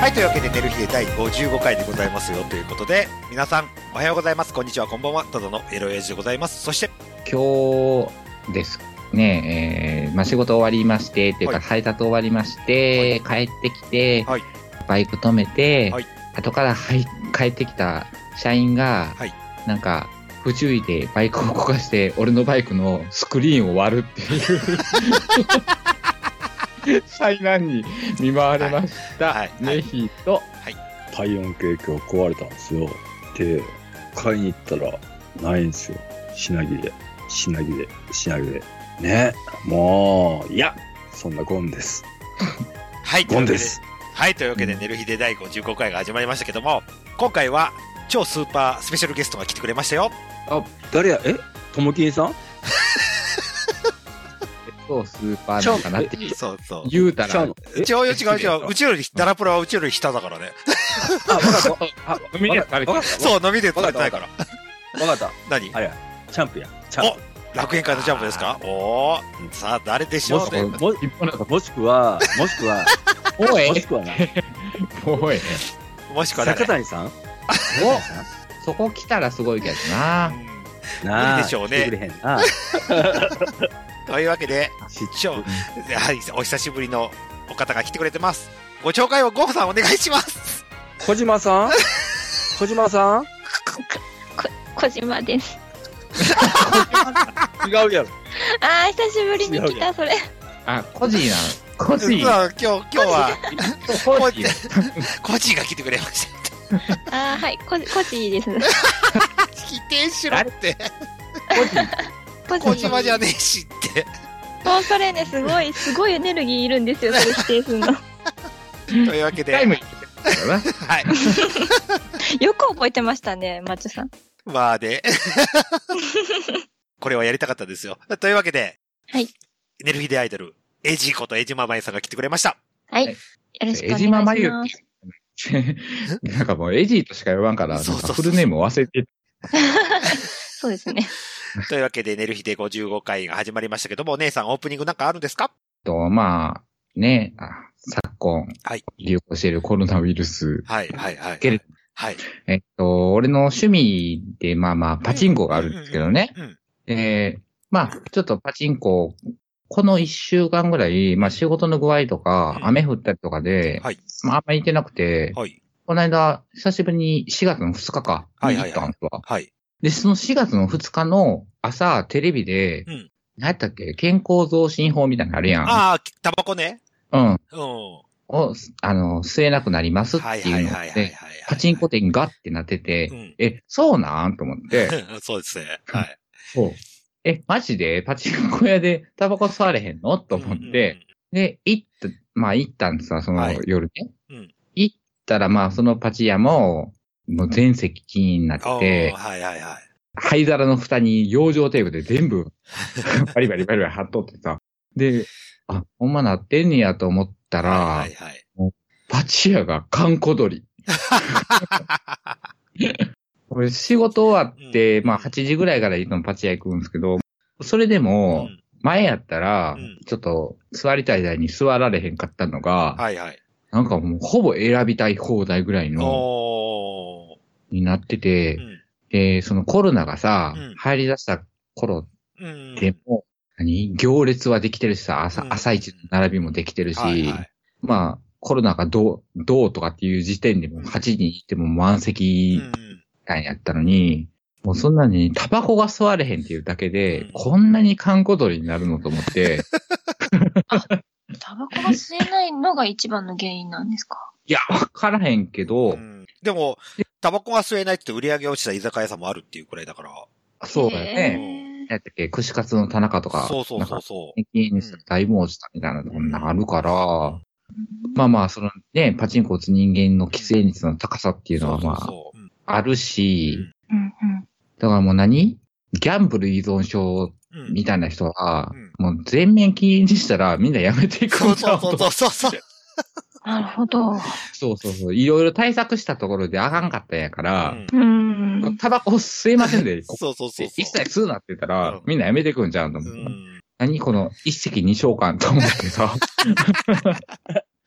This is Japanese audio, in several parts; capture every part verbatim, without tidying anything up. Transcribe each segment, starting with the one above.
はい、というわけで寝る日でだいごじゅうごかいでございますよということで、皆さんおはようございます、こんにちは、こんばんは、ただのエロエイジでございます。そして今日ですね、えーまあ、仕事終わりましてっていうか、 はい配達終わりまして、帰ってきて、 はいバイク止めて、 はい後からはい帰ってきた社員が、 はいなんか不注意でバイクを動かして俺のバイクのスクリーンを割るっていう災難に見舞われました。 はいはいはいねひと体温計今日壊れたんですよ。で、買いに行ったらないんですよ。品切れ、品切れ、品切れ。ね。もう、いや、そんなゴンです。 はいゴンです。 はい、というわけで寝る日でだいごじゅうごかいが始まりましたけども、今回は超スーパースペシャルゲストが来てくれましたよ。 誰や、えともきんさんそうスーパーなんかなってそうそう言うたらちゃうのえ違うよ違う違う、うちよりダラプラはうちより下だからね。 あ、わかった。あ、 飲みで食べてわかった。 そう、飲みで食べてないから。 わかった。 何あれや、チャンプや。チャンプ。 楽園会のジャンプですか？おー、さあ誰でしょうね。 もももしくは、もしくは、 おいもしくはな、 おいもしくは誰？ 坂谷さんおそこ来たらすごいけどな。 なあ、 無理でしょうね来てくれへんな。 というわけで、超はい、お久しぶりのお方が来てくれてます。ご紹介をゴーさんお願いします。 小島さん小島さんこ、小島です。 違うやろ。 あー、久しぶりに来た、それ。 あ、コジーなの。コジー。 今日、今日は、 コジー。 コジが来てくれました。 あー、はい、こ、こちです。 否定しろって。 コジー。 小島じゃねえしって。 そう、それね、すごい、すごいエネルギーいるんですよ、それ否定するの。 というわけで、 タイムに来てるからな。 はい。 よく覚えてましたね、マッチョさん。 まあで。これはやりたかったですよ。というわけで、 はい。 寝る日でアイドル、エジことエジママユさんが来てくれました。 はい。 はいよろしくお願いします。 エジママユなんかもうエジーとしか言わんから、なんそうそうそうかフルネーム忘れてる。 そうですね。 というわけで、寝る日でごじゅうごかいが始まりましたけども、お姉さんオープニングなんかあるんですか？ と、まあ、ね、あ昨今、 はい流行しているコロナウイルス。 はい、はい、はい。 けれはい。 えっと、俺の趣味で、まあまあ、パチンコがあるんですけどね。 うん。 えー、まあ、ちょっとパチンコ、この一週間ぐらい、まあ仕事の具合とか、 うん雨降ったりとかで、 はい。 まああんまり行ってなくて、 はい。 この間、久しぶりにしがつのふつかか、 はいはいはいに行ったんですわ。 はい。 で、そのしがつのふつかの朝、テレビで、 うん何やったっけ、健康増進法みたいなのあるやん。 ああ、タバコね。 うん。 うん。 を、あの、吸えなくなりますってはいはいいうのはいはいはいで、。パチンコ店ガッてなってて、 うん。 え、そうなんと思って、 そうですね。はい。 そう。え、マジでパチンコ屋でタバコ吸われへんのと思って、で、行った、まあ行ったんですわ、そのはい夜ね。 うん行ったら、まあそのパチ屋も、もう全席禁になっうん。 ておー、はいはいはい。 灰皿の蓋に養生テープで全部、バリバリバリバリ貼っとってさ。で、あ、ほんまなってんねやと思ったら、 はいはいはい。 パチ屋が閑古鳥。俺仕事終わって、 うんまあはちじぐらいからいつもパチ屋行くんですけど、それでも、 うん前やったらうん、 ちょっと座りたい台に座られへんかったのが、 はいはい。 なんかもうほぼ選びたい放題ぐらいの、 おー。 になっててう、ん。 で、そのコロナがさうん、 入り出した頃うん。 でも、何行列はできてるしさ、朝、 うん朝一の並びもできてるし、 はいはい。 まあ、コロナがどう、どうとかっていう時点でもはちにん行っても満席うん。 なんやったのに、もうそんなにタバコが吸われへんっていうだけで、 うんこんなに閑古鳥になるのと思って、 タバコが吸えないのが一番の原因なんですか？ いや、わからへんけど、 うんでも、タバコが吸えないって売り上げ落ちた居酒屋さんもあるっていうくらいだから。 そうだよへね。やったっけ、串カツの田中とか、 そうそうなんかそうそう。 駅員にしたらだいぶ落ちたみたいなのがあるから、まあまあ、そのね、パチンコを打つ人間の喫煙率の高さっていうのはまあ、 そうそうそううんあるし、 うんうん。 だからもう何ギャンブル依存症うんみたいな人は、 うんもう全面禁煙にしたらみんなやめていくそうんちゃそううとそうそうそう。 なるほど。 そうそうそう。いろいろ対策したところであかんかったんやから、 うんうん。 タバコ吸えませんで、こそうそうそうそう。 一切吸うなって言ったら、 うんみんなやめていくんじゃんと思う。 うん。 何この一石二鳥感と思ってさ。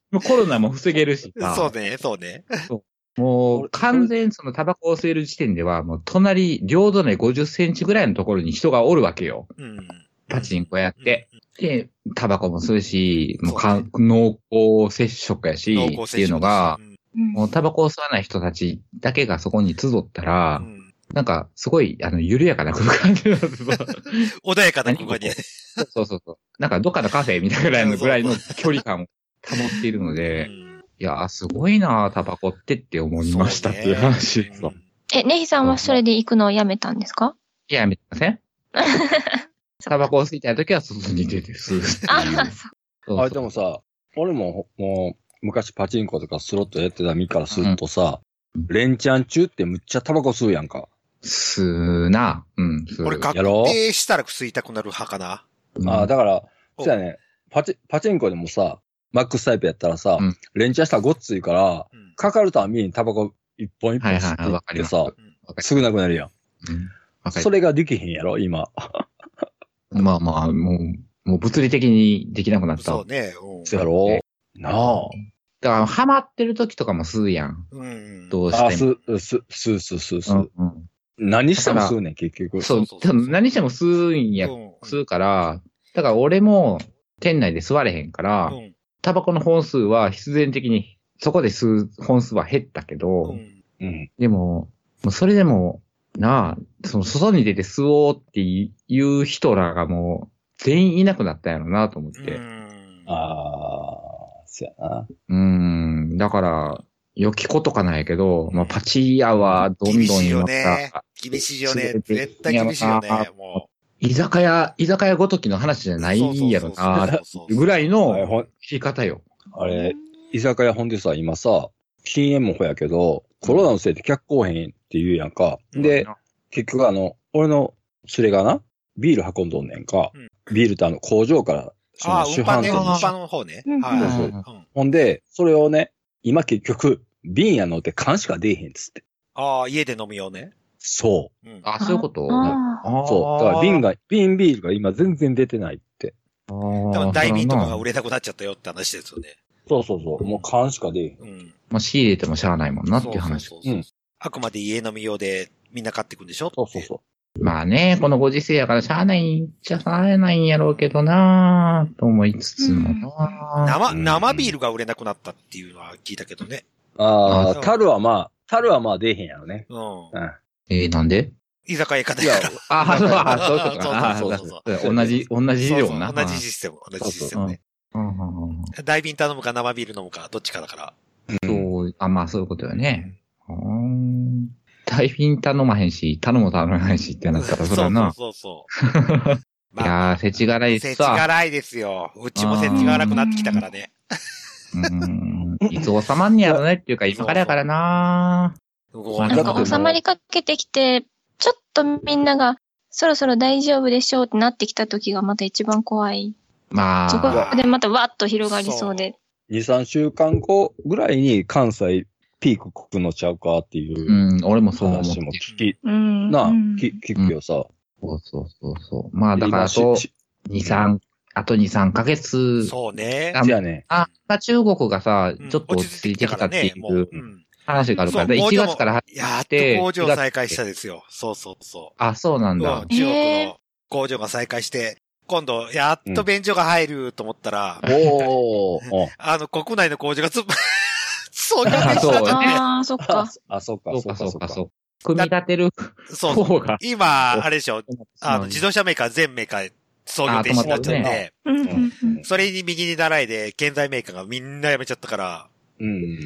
もうコロナも防げるしさ。 そうね、そうね。 もう完全そのタバコを吸える時点では、もう隣、両隣ごじゅっセンチぐらいのところに人がおるわけよ。 うん。 パチンコやって。で、タバコも吸うし、もうか、 そうね濃厚接触やし、 濃厚って接触いうのがう、んもうタバコを吸わない人たちだけがそこに集ったら、 うんなんか、すごい、あの、緩やかな空間で、 穏やかな空間に。 そうそうそう。なんか、どっかのカフェみたいなぐらいの距離感を保っているので、いや、すごいなタバコってって思いましたっていう話。そう。 え、ネヒさんはそれで行くのをやめたんですか？ いや、やめてません。タバコを吸いたいときは外に出て吸うっていう。 あ、そう。 そうそうあれでもさ、俺も、もう、昔パチンコとかスロットやってた身からするとさ、 うん連チャン中ってむっちゃタバコ吸うやんか。 吸うな。うん、吸う。 俺、確やろ定したら吸いたくなる派かな。 うんああ、だから、 おそうやね、パチ、パチンコでもさ、マックスタイプやったらさ、 うん連チャンしたらごっついから、 うんかかるたびにタバコ一本一本はいはいはい、 吸っわかります。 てさ、 わかりすぐなくなるやん。 うんわかりそれができへんやろ、今。 まあまあ、もう、もう物理的にできなくなった。 そうね。うんそうやろなあ。 だから、ハマってる時とかも吸うやん。 うん。 どうあ、 しても。 す、す、す、す、す、す、 うんうん何しても吸うねん、結局。 そうそうそうそうでも何しても吸うんや、 うん吸うから、だから俺も店内で吸われへんから、 うんタバコの本数は必然的にそこで吸う本数は減ったけど、 うんうん。 でも、もうそれでも、なあ、その外に出て吸おうっていう人らがもう全員いなくなったんやろなと思って。 ううんああ、そうやな。 ーん、だから、良きことかないけど、まあパチ屋はどんどん厳しいよ今ねさ、。 厳しいよね。 すべて絶対厳しいよね。も居酒屋、居酒屋ごときの話じゃう。 ないやろな、 そうそうそうぐらいあれのほん聞き方よ。 あれ、居酒屋ほんでさ、今さ、禁煙もほやけど、コロナのせいで客来おへんって言うやんか。で、結局あの、俺の連れがな、ビール運んどんねんか。 うんビールってあの工場から、そああ、 の主運搬ね。運販店に。 搬の方ね。 うんはい。 そううんほんで、それをね、今結局、瓶やのって缶しか出えへんっつって。 ああ、家で飲むよね。 そうん。 あ、そういうことあう。そう。だから瓶が、瓶ビールが今全然出てないって。 あ多ー分大瓶とかが売れれなくなっちゃったよって話ですよね。 そうそうそう。もう缶しか出えへん。 うん。 まあ、仕入れてもしゃあないもんなっていう話。 そうそうそううんあくまで家飲み用でみんな買ってくんでしょ。 そうそうそう。 まあね、このご時世やからしゃあないんちゃしゃあないんやろうけどなぁ、と思いつつもな生、 うん生ビールが売れなくなったっていうのは聞いたけどね。 ああ、 そう樽はまあ、樽はまあ出えへんやろね。 うん。 うん。 えー、なんで居酒屋方いややから。 あ、そうあそういうことか。あそうそうそうそうそう同じ、同じ理論な。 そうそう同じシステム、同じシステムね。 うんうんうんうん大瓶頼むか生ビール飲むか、どっちかだから。 そう、あ、まあそういうことよね。うーん大瓶頼まへんし、頼も頼まへんしってなったら、それはな。 そうそうそうそう。 いやー、せちがらいっせちさ。 がらいですよ。うちもせちがらくなってきたからね。 うーん。いつ収まんねやろねっていうか、今からやからなごそうなんか収まりかけてきて、ちょっとみんながそろそろ大丈夫でしょうってなってきた時がまた一番怖い。 まそこあ、 でまたわっと広がりそうで。 に、さんしゅうかんごぐらいに関西ピーク来るのちゃうかっていううん、俺もそう思って話もる。 聞き、 うん。 なあ、 うんき聞くよさ。 そうそうそうそう。まあ、だからあ今とし、 に、さん、あとに、さんかげつ。 そうね。 あじゃあね、 あ、中国がさ、 うんちょっと落ち着いてきたってい落ち着いてきたからねもうううん話があるから、 そういちがつから始やっとて工場再開したですよ。そうそうそあ、そうなんう。 だうん。中国の工場が再開して、今度、やっと便所が入ると思ったら、 おー、おあの、国内の工場がつ、創業でしたそうって。 ああ、そっか。 あ、そうか、 そうか、 そうか、 そうか、 そうか。 そう。組み立てるそうそう。 方が。 今、あれでしょ、あの、自動車メーカー全メーカー創業停止になっちゃっあ止まて、 うんうんうん。 それに右に習いで、建材メーカーがみんな辞めちゃったから、 うん。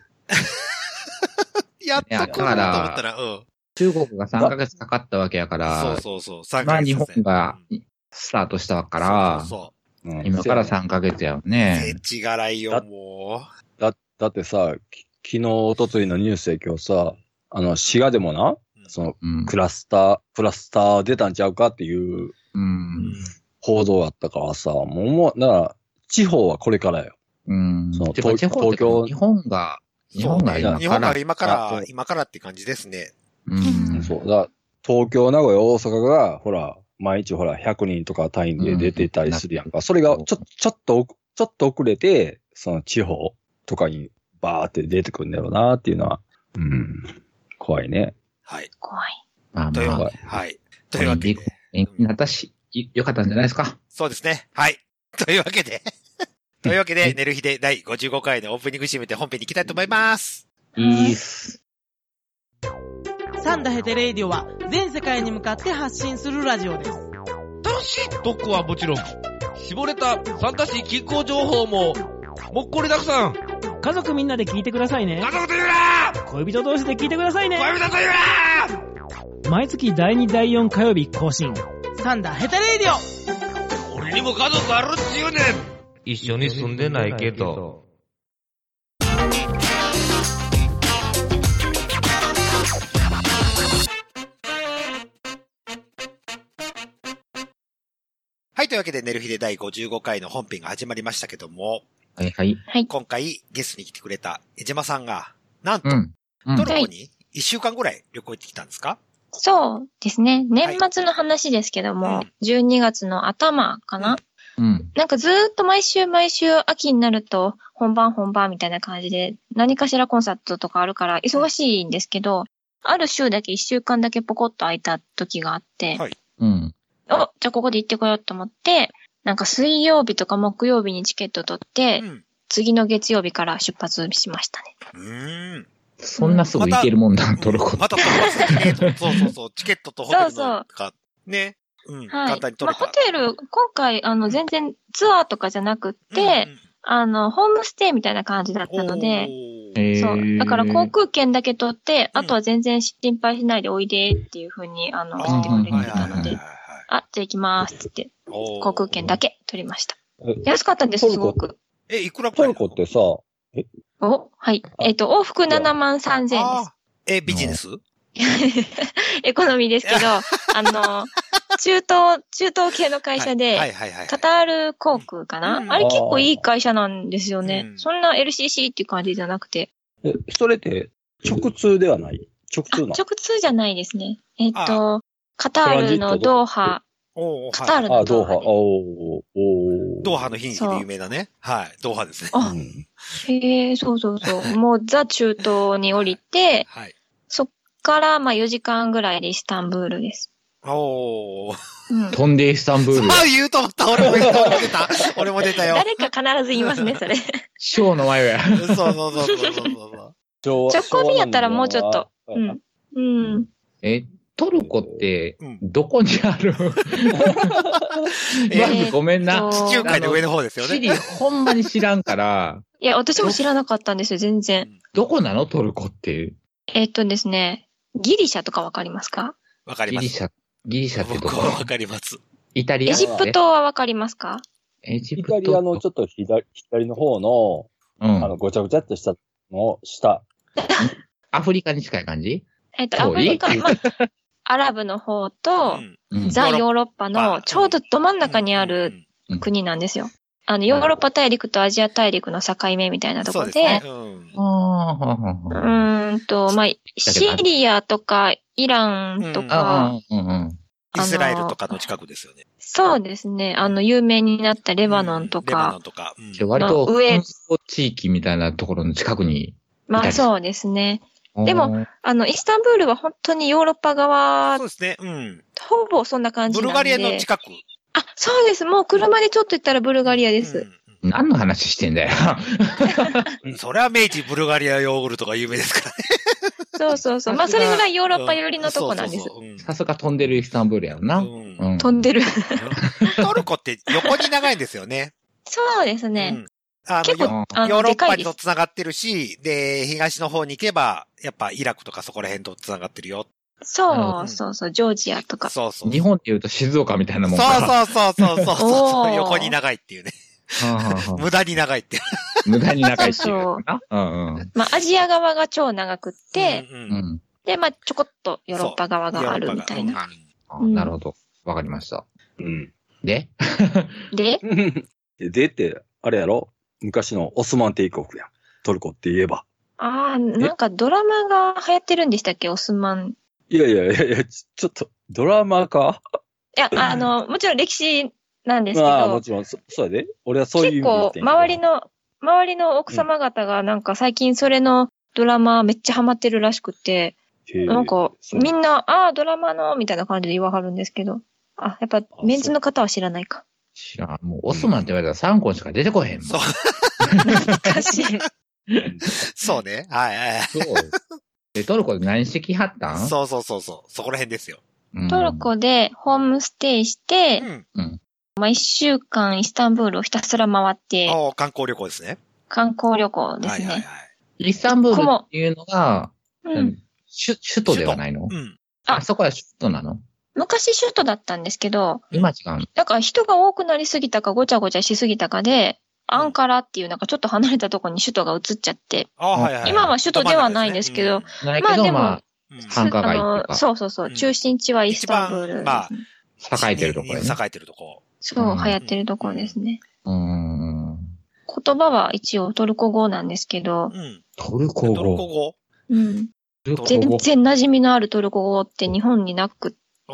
やっと来ると思ったら、うん。 中国がさんかげつかかったわけやから、 そうそうそう。さんまあ日かげつですね本がうんスタートしたから、 そうそうん今からさんかげつやよう。 ねせ。ちがらいよ、もだ、だってさ、き昨日、おとついのニュースで今日さ、あの、滋賀でもな、 う。 その、 うん。 クラスター、クラスター出たんちゃうかっていううん。 報道があったからさ、もう、もう、だから、地方はこれからよ。 うん。 そうてか東地方ってか東京日本が、日本が今から。 日本が今からあそう、 今からって感じですね。 うん。 そう。だから東京、名古屋、大阪が、ほら、毎日ほら、ひゃくにんとか単位で出てたりするやんか。それが、ちょ、ちょっと、ちょっと遅れて、 その地方とかにバーって出てくるんだろうなっていうのは、うん、怖いね。 はい。 怖い。 まあというまあ、 わけで、はい。というわけで。 延期になったし、よかったんじゃないですか。 そうですね。はい。というわけで。というわけで、寝る日でだいごじゅうごかいのオープニング締めて本編に行きたいと思います。 いいっす。 サンダヘテレイディオは全世界に向かって発信するラジオです。 楽しい特区はもちろん、絞れた参加し気候情報ももっこりたくさん。 家族みんなで聞いてくださいね。 家族と言うな恋人同士で聞いてくださいね。 恋人と言うな毎月だいにだいよん火曜日更新。 サンダヘテレイディオ。俺にも家族あるっちゅうねん。一緒に住んでないけど。 はい、というわけで、寝る日でだいごじゅうごかいの本編が始まりましたけども、 はいはい。 今回ゲストに来てくれた江島さんが、なんと、 うんうん、 トルコにいっしゅうかんぐらい旅行行ってきたんですか？ そうですね。年末の話ですけども、はい、じゅうにがつの頭かな、 うん、 なんかずーっと毎週毎週秋になると本番本番みたいな感じで何かしらコンサートとかあるから忙しいんですけど、ある週だけいっしゅうかんだけポコッと空いた時があって、 はい、 うん、 お、じゃあここで行ってこようと思って、なんか水曜日とか木曜日にチケット取って、うん、次の月曜日から出発しましたね。 うーん。 そんなすぐ行けるもんだ、ま、トルコ。 またトルコ。そうそうそう。チケットとホテルのそうそうね。うん。はい、簡単に取れた。 まあ、ホテル、今回、あの、全然ツアーとかじゃなくって、うんうん、あの、ホームステイみたいな感じだったので、そう。だから航空券だけ取って、あとは全然心配しないでおいでっていう風に、あの、言ってくれてたので、あ、じゃあ行きますって言って、航空券だけ取りました。安かったんです、すごく。 え、いくらくトらいルコってさ、 えお、はい。えっ、ー、と、往復ななまんさんぜんえんです。 え、ビジネスエコノミーですけど、あの、中東、中東系の会社で、 はいはいはいはい、 カタール航空かな、うん、あれ結構いい会社なんですよね。そんな エルシーシー っていう感じじゃなくて。 え、それって直通ではない直通なの？ 直通じゃないですね。えっ、ー、と、カタールのドーハ、カタールのドーハ、ね。 おードーハの悲劇で有名なね。はい。ドーハですね。 あ、うん、へえ、そうそうそう。もうザ中東に降りて、はい、そっからまあよじかんぐらいでイスタンブールです。 おー。 うん、飛んでイスタンブール。 ああ、言うと思った。俺も言うと思ってた。俺も出たよ。 誰か必ず言いますね、それ。 ショーの前や。 そうそうそうそうそうそう。直行便やったらもうちょっと。うん。うん。 えトルコって、どこにある、うん、まずごめんな。 地中海の上の方ですよね。 チリほんまに知らんから。 いや、私も知らなかったんですよ、全然。 どこなのトルコって。 えー、っとですね、ギリシャとかわかりますか？ わかります。 ギリシャ、ギリシャってどこ？ わかります。 イタリア？ エジプトはわかりますか？ エジプト。 イタリアのちょっと左、左の方の、うん、あの、ごちゃごちゃっとしたの下。 アフリカに近い感じ？ えっと、アフリカ、まあアラブの方と、うん、ザ・ヨーロッパのちょうどど真ん中にある国なんですよ。あの、ヨーロッパ大陸とアジア大陸の境目みたいなところで、でね、うん、うーんと、まあ、シリアとかイランとか、 うんうんうん、イスラエルとかの近くですよね。 そうですね。あの、有名になったレバノンとか、うん、レバノンとか、 うん、割と上地域みたいなところの近くに。 まあそうですね。でも、あの、イスタンブールは本当にヨーロッパ側、 そうですね、うん。 ほぼそんな感じなんで。 ブルガリアの近く。 あ、そうです。もう車でちょっと行ったらブルガリアです。 うん、何の話してんだよ。 それは明治ブルガリアヨーグルトが有名ですからね。 そうそうそう。まあ、それぐらいヨーロッパ寄りのとこなんです。 さすが飛んでるイスタンブールやろな。うんうん、飛んでる。 トルコって横に長いんですよね。 そうですね。うんあの結構ヨーロッパと繋がってるし、で、東の方に行けば、やっぱイラクとかそこら辺と繋がってるよ。 そうそうそう、ジョージアとか。 そうそう。 日本って言うと静岡みたいなもんか。そうそうそうそうそう。横に長いっていうね。無駄に長いっていう。 無駄に長いっていう。そうそう。うんうん。まあ、アジア側が超長くって、うんうん、で、まあ、ちょこっとヨーロッパ側があるみたいな。 うん、なるほど。わかりました。 うん。 でででって、あれやろ昔のオスマン帝国やん。トルコって言えば。 ああ、なんかドラマが流行ってるんでしたっけオスマン。 いやいやいやいや、ちょっと、ドラマかいや、あの、もちろん歴史なんですけど。 ああ、もちろん、そ、そうやで。俺はそういう意味で。 結構、周りの周りの奥様方がなんか最近それのドラマめっちゃハマってるらしくて、なんかみんな、ああ、ドラマの、みたいな感じで言わはるんですけど、あ、やっぱメンズの方は知らないか。 知らん。もうオスマンって言われたらさんこんしか出てこへんもん。 そう。 難しい。 そうね。はいはい。 そう。で、トルコで何してきはったん？ そうそうそうそう。そこら辺ですよ。 トルコでホームステイして、 うん。 まあ、一週間イスタンブールをひたすら回って、 ああ、観光旅行ですね。 観光旅行ですね。 はいはいはい。 イスタンブールっていうのが、 うん、 首, 首都ではないの？ うん。 あ、そこは首都なの？ 昔首都だったんですけど、 今違うの？ だから人が多くなりすぎたかごちゃごちゃしすぎたかで、アンカラっていうなんかちょっと離れたところに首都が移っちゃって、 あ、はいはいはい、 今は首都ではないんですけど、 まあでも、まあ、繁華街っていうか、 そうそうそう、中心地はイスタンブール、ね。 まあ、栄えてるところね。 栄えてるとこ。 そう、流行ってるところですね。 うん。 言葉は一応トルコ語なんですけど、 うん、 トルコ語。 トルコ語。 うん。全然馴染みのあるトルコ語って日本になくって、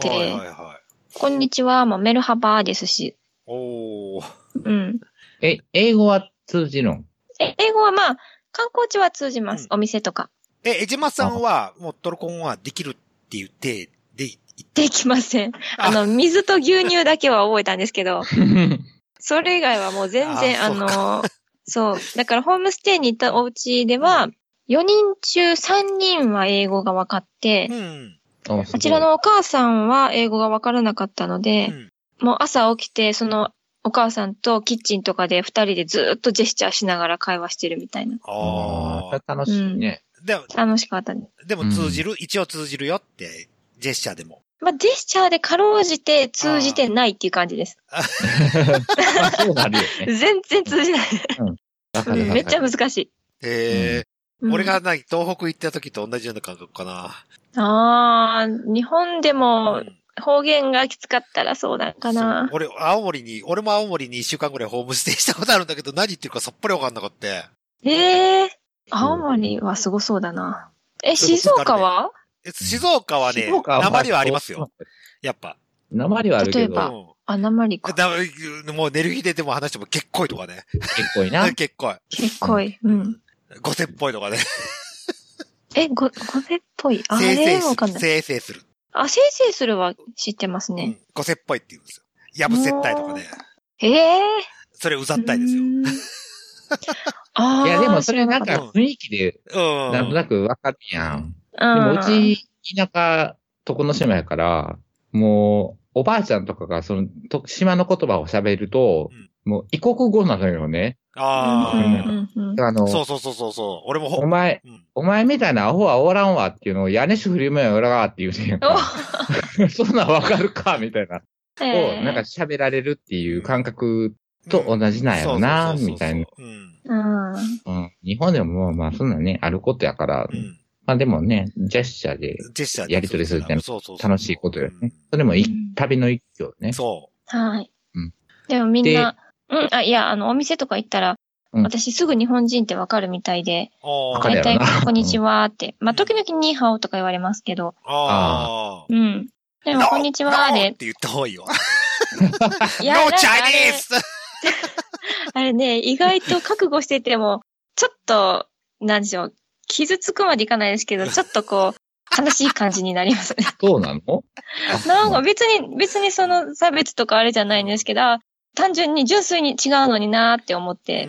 はいはいはい、こんにちはもメルハバーですし。 おー。 うん。 え、英語は通じるの？ え、英語はまあ、観光地は通じます。うん、お店とか。 え、江島さんは、もうトルコ語はできるって言って、で、 できません。あの、水と牛乳だけは覚えたんですけど、それ以外はもう全然、あ, あの、そう。だからホームステイに行ったお家では、よにん中さんにんは英語が分かって、うん、こちらのお母さんは英語が分からなかったので、うん、もう朝起きて、そのお母さんとキッチンとかで二人でずっとジェスチャーしながら会話してるみたいな。 ああ、楽しいね。 うん、でも楽しかったね。 でも通じる、うん、一応通じるよって、ジェスチャーでも。 まあ、ジェスチャーでかろうじて通じてないっていう感じです。 そうなるよね。 全然通じない。 うん、 めっちゃ難しい。 へえ。うん、俺が何、東北行った時と同じような感覚かな。 ああ、日本でも方言がきつかったらそうだかな。 俺、青森に、俺も青森に一週間ぐらいホームステイしたことあるんだけど、何言ってるかさっぱりわかんなかった。 ええー、青森はすごそうだな。え、静岡は？ 静岡はね、訛りはありますよ。やっぱ。 訛りはあるけど。 例えば、あ、訛りか。 だもう寝る日ででも話しても結構いとかね。 結構いな。 結構い。 結構い。うん。 ごせっぽいとかね。 え、ご、ごせっぽい。あれわかんない。 生成する。 あ、生成するは知ってますね。 うん、ごせっぽいって言うんですよ。やぶ接待とかね。 へえ。 それうざったいですよ。 ああ。 いや、でもそれなんか雰囲気で、なんとなくわかるやん。でもうち、田舎、床の島やから、もう、おばあちゃんとかが、その、島の言葉を喋ると、うん、もう、異国語なのよね。 ああ、 うん、あの、 そうそうそうそうそう。俺もお前、うん、お前みたいなアホはおらんわっていうのを、屋根し振り向よらがって言うねんか。そんなんわかるかみたいな。を、なんか喋られるっていう感覚と同じなんやろな、みたいな。うん。日本でもまあ、そんなね、あることやから、うん、まあでもね、ジェスチャーでやり取りするって楽しいことよね。それもい、うん、旅の一挙ね。 そう。 はい。うん。でもみんな、うん、あ、いや、あの、お店とか行ったら、うん、私すぐ日本人ってわかるみたいで、大体、こんにちはって。まあ、時々ニーハオとか言われますけど。 ああ。 うん。でも、こんにちはで。 って言った方がいいよ。 いや、 ノーチャイニーズあれね、意外と覚悟してても、ちょっと、なんでしょう。傷つくまでいかないですけど、ちょっとこう、悲しい感じになりますね。 そうなの？ なんか別に、別にその差別とかあれじゃないんですけど、単純に純粋に違うのになーって思って、うん、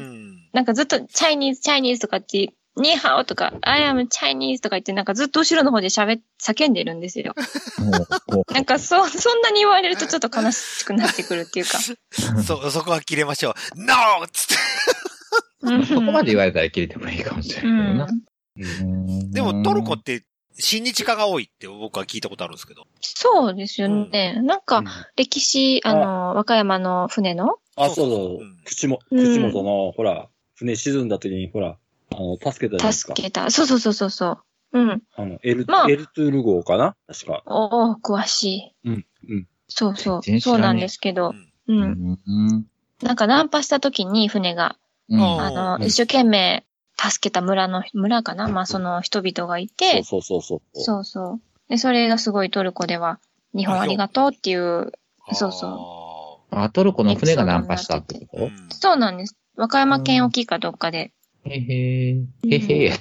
なんかずっとチャイニーズ、チャイニーズとかって、ニーハオとか、I am Chinese とか言って、なんかずっと後ろの方で喋っ、叫んでるんですよ。なんかそ、そんなに言われるとちょっと悲しくなってくるっていうか。 そ、そこは切れましょう。ノーっつって。 そこまで言われたら切れてもいいかもしれないけどな。 うん、でもトルコって親日家が多いって僕は聞いたことあるんですけど。 そうですよね。うん、なんか歴史、あの、和歌山の船のあ、そうそう。口も、口元の、ほら、船沈んだ時に、ほら、あの、助けたじゃないですか。 助けた。そうそうそうそうそう。うん。 あの、エル、まあ、エルトゥール号かな確か。 おお詳しい。 うん、うん。 そうそう。そうなんですけど。うん。うん、なんかナンパした時に船が、うん、あの、うん、一生懸命助けた村の、村かなまあその人々がいて。 そうそうそうそう。 そうそう。で、それがすごいトルコでは、日本ありがとうっていう、そうそう。 あ、トルコの船がナンパしたってこと？ そうなんです。 和歌山県沖かどっかで。 へへー。へへーやって。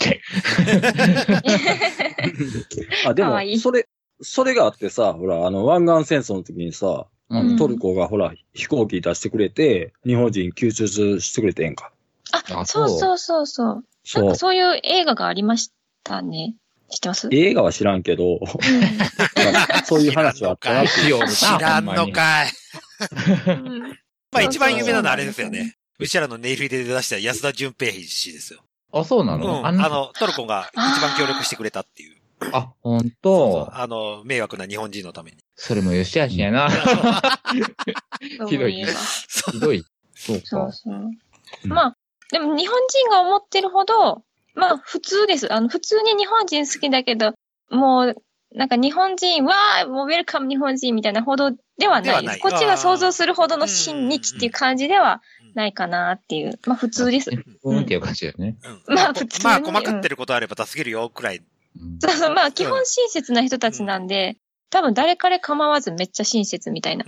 あ、でも、それ、それがあってさ、ほら、あの、湾岸戦争の時にさ、うん、トルコがほら、飛行機出してくれて、日本人救出してくれてんか。 あ、そうそうそうそう。なんかそういう映画がありましたね。知ってます？ 映画は知らんけど、そういう話はあったなっていう。 知らんのかい。まあ一番有名なのはあれですよね。うちらのネイルで出した安田純平氏ですよ。 あ、そうなの？ うん。あの、トルコが一番協力してくれたっていう。 あ、ほんと。 あの、迷惑な日本人のために。 それもよしあしやな。ひどい。ひどい。そうか。そうそう。 まあ、でも日本人が思ってるほど、まあ普通です。あの、普通に日本人好きだけど、もう、なんか日本人は、もうウェルカム日本人みたいなほどではないです。こっちが想像するほどの親日っていう感じではないかなっていう。まあ普通です。 うんっていう感じだよね。 まあ普通に。まあ細かってることあれば助けるよくらい。 そうそう、まあ基本親切な人たちなんで、多分誰彼構わずめっちゃ親切みたいな。うん。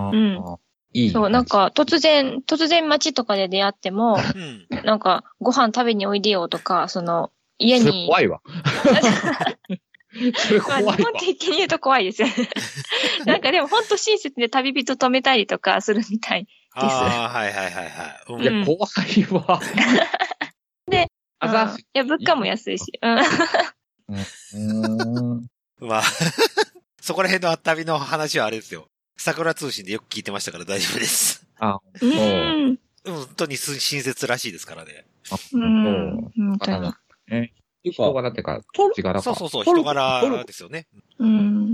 うん。いい。そう、なんか突然、突然街とかで出会っても、なんかご飯食べにおいでよとか、その、家に。 それ怖いわ。それ怖いわ。 まあ、日本的に言うと怖いですよね。なんかでも本当親切で旅人止めたりとかするみたいです。 ああ、はいはいはいはい。 うん、いや、怖いわ。 で、あざいや、物価も安いし。 うん。 まあ、そこら辺の旅の話はあれですよ。桜通信でよく聞いてましたから大丈夫です。 あ、 うん。 本当に親切らしいですからね。 あ、うん。本当に。え、人柄ってか、土地柄か。 そうそうそう、人柄ですよね。 うん。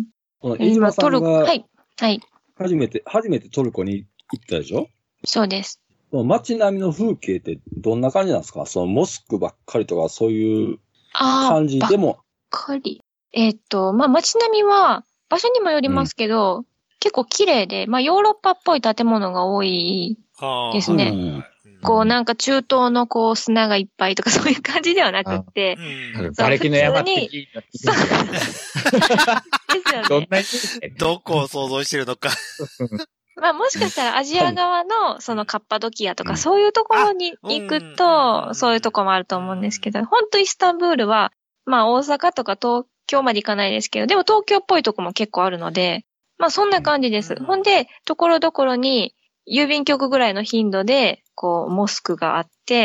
今トルコ、 はい。はい。 初めて、初めてトルコに行ったでしょ？ そうです。 街並みの風景ってどんな感じなんですか？そのモスクばっかりとかそういう感じでも。 ばっかり。えっと、まあ、街並みは場所にもよりますけど、うん、結構綺麗で、まあ、ヨーロッパっぽい建物が多いですね。うん、こう、なんか中東のこう砂がいっぱいとかそういう感じではなくって、 瓦礫の山的な。そう。 ですよね。 どんなどこを想像してるのか。 まあもしかしたらアジア側のそのカッパドキアとかそういうところに行くとそういうところもあると思うんですけど、本当イスタンブールはまあ大阪とか東京まで行かないですけど、でも東京っぽいとこも結構あるので、まあそんな感じです。ほんで、ところどころに郵便局ぐらいの頻度でこうモスクがあって、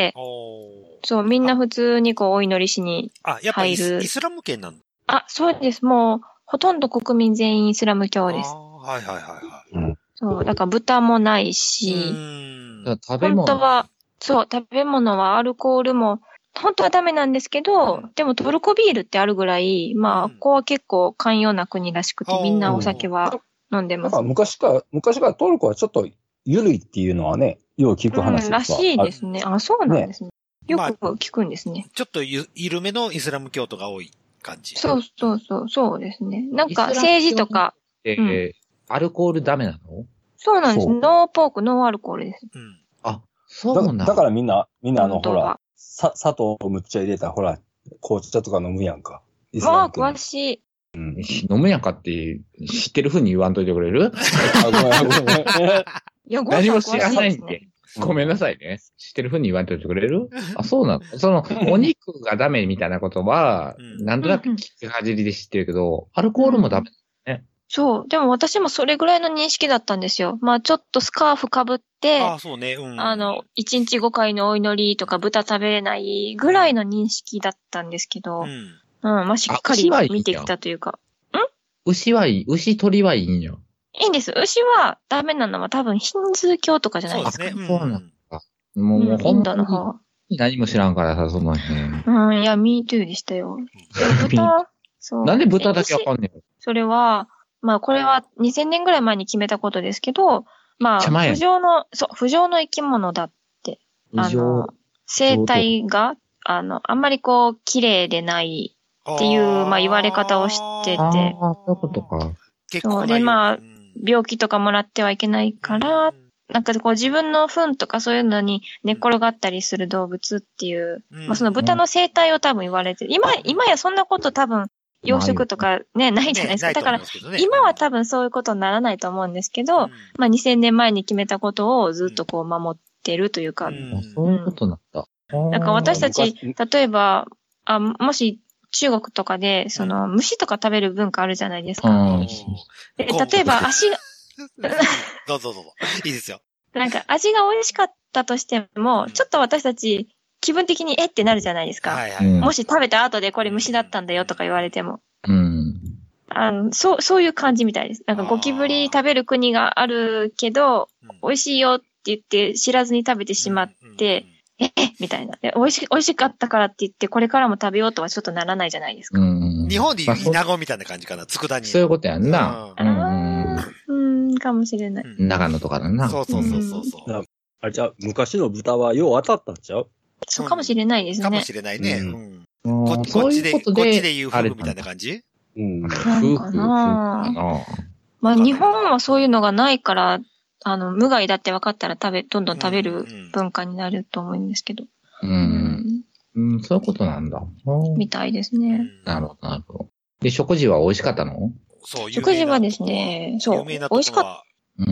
そうみんな普通にこうお祈りしに入る。あ、やっぱりイスラム圏なんだ。 あ、そうです。もうほとんど国民全員イスラム教です。 はいはいはいはい。 うんそう、だから豚もないし、 食べ物本当は、そう、食べ物はアルコールも、本当はダメなんですけど、でもトルコビールってあるぐらい、まあ、ここは結構寛容な国らしくて、みんなお酒は飲んでます。 昔から、昔からトルコはちょっと緩いっていうのはね、よう聞く話です、うん、 らしいですね。あ、そうなんですね。よく聞くんですね。 まあ、ちょっとゆ緩めのイスラム教徒が多い感じ。 そうそうそう、そうですね。なんか政治とか。 えーアルコールダメなの？ そうなんです。ノーポーク、ノーアルコールです。 うん。あ、そうなんだ。 だからみんな、みんなあの、ほら、さ、砂糖をむっちゃ入れた、ほら、紅茶とか飲むやんか。 まあ、詳しい。 うん。飲むやんかって、知ってる風に言わんといてくれる？あ、ごめん、ごめん。いや、ごめん。何も知らないんで。ごめんなさいね。知ってる風に言わんといてくれる？あ、そうなの？その、お肉がダメみたいなことは、なんとなく聞きはじりで知ってるけど、アルコールもダメ。 そう。でも私もそれぐらいの認識だったんですよ。まあちょっとスカーフ被って、 ああ、そうね。うん。 あの、いちにちごかいのお祈りとか豚食べれないぐらいの認識だったんですけど、うん。うん、まあしっかり見てきたというか。 ん牛はいい。牛鳥はいいんよ。 いいんです。牛はダメなのは多分ヒンズー教とかじゃないですか。 そうですね。 そうなんだ。もう、うん、 インドの方。 何も知らんからさ、その辺。 うん、いや、ミートゥーでしたよ。豚、 そう。なんで豚だけわかんねえの？ それは、まあこれはにせんねんぐらい前に決めたことですけど、まあ、不浄の、そう、不浄の生き物だって、あの、生態が、あの、あんまりこう、綺麗でないっていう、まあ言われ方をしてて。ああ、 そういうことか。 そうで、まあ、病気とかもらってはいけないから、なんかこう自分の糞とかそういうのに寝っ転がったりする動物っていう、まあその豚の生態を多分言われて、今、今やそんなこと多分、養殖とかね、ないじゃないですか。だから、今は多分そういうことにならないと思うんですけど、まあにせんねんまえに決めたことをずっとこう守ってるというか。 うん、そういうことなんだ。 なんか私たち、例えば、あ、もし中国とかで、その、虫とか食べる文化あるじゃないですか。うん、で例えば足が、 どうぞどうぞ。いいですよ。 なんか味が美味しかったとしても、ちょっと私たち気分的にえってなるじゃないですか。はいはい、もし食べた後でこれ虫だったんだよとか言われても。うん。あの、そう、そういう感じみたいです。なんかゴキブリ食べる国があるけど、美味しいよって言って知らずに食べてしまって、ええみたいな。美味し、美味しかったからって言って、これからも食べようとはちょっとならないじゃないですか。うん、 日本でいうイナゴみたいな感じかな、佃煮。 そういうことやんな。 うん。うん、かもしれない。 長野とかだな。 そうそうそうそうそう。 あれじゃあ、昔の豚はよう当たったんちゃう？ そうかもしれないですね。 かもしれないね。うん。こっちで、こっちで言う夫婦みたいな感じ？ うん。 夫婦かな。まあ日本はそういうのがないから、あの、無害だって分かったら食べ、どんどん食べる文化になると思うんですけど。 うん。うん、そういうことなんだ。 みたいですね。 なるほど、なるほど。で、食事は美味しかったの？ そう、 食事はですね、そう、美味しかった。 うん。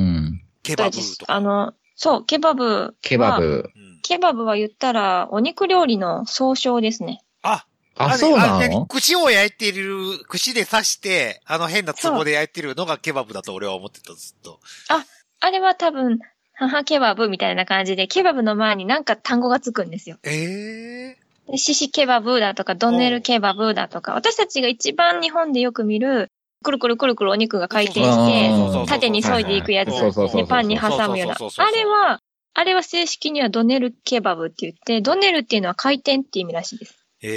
ケバブとか。 あの、そう、ケバブ。 ケバブ。 ケバブは言ったら、お肉料理の総称ですね。 あ、 あ、そうなの？ 串を焼いている、串で刺して、あの変な壺で焼いてるのがケバブだと俺は思ってた、ずっと。 あ、あれは多分、母ケバブみたいな感じで、ケバブの前になんか単語がつくんですよ。 えー、シシケバブだとか、ドネルケバブだとか、私たちが一番日本でよく見る、くるくるくるくるお肉が回転して、縦に削いでいくやつ、でパンに挟むような。あれは、あれは正式にはドネルケバブって言って、ドネルっていうのは回転って意味らしいです。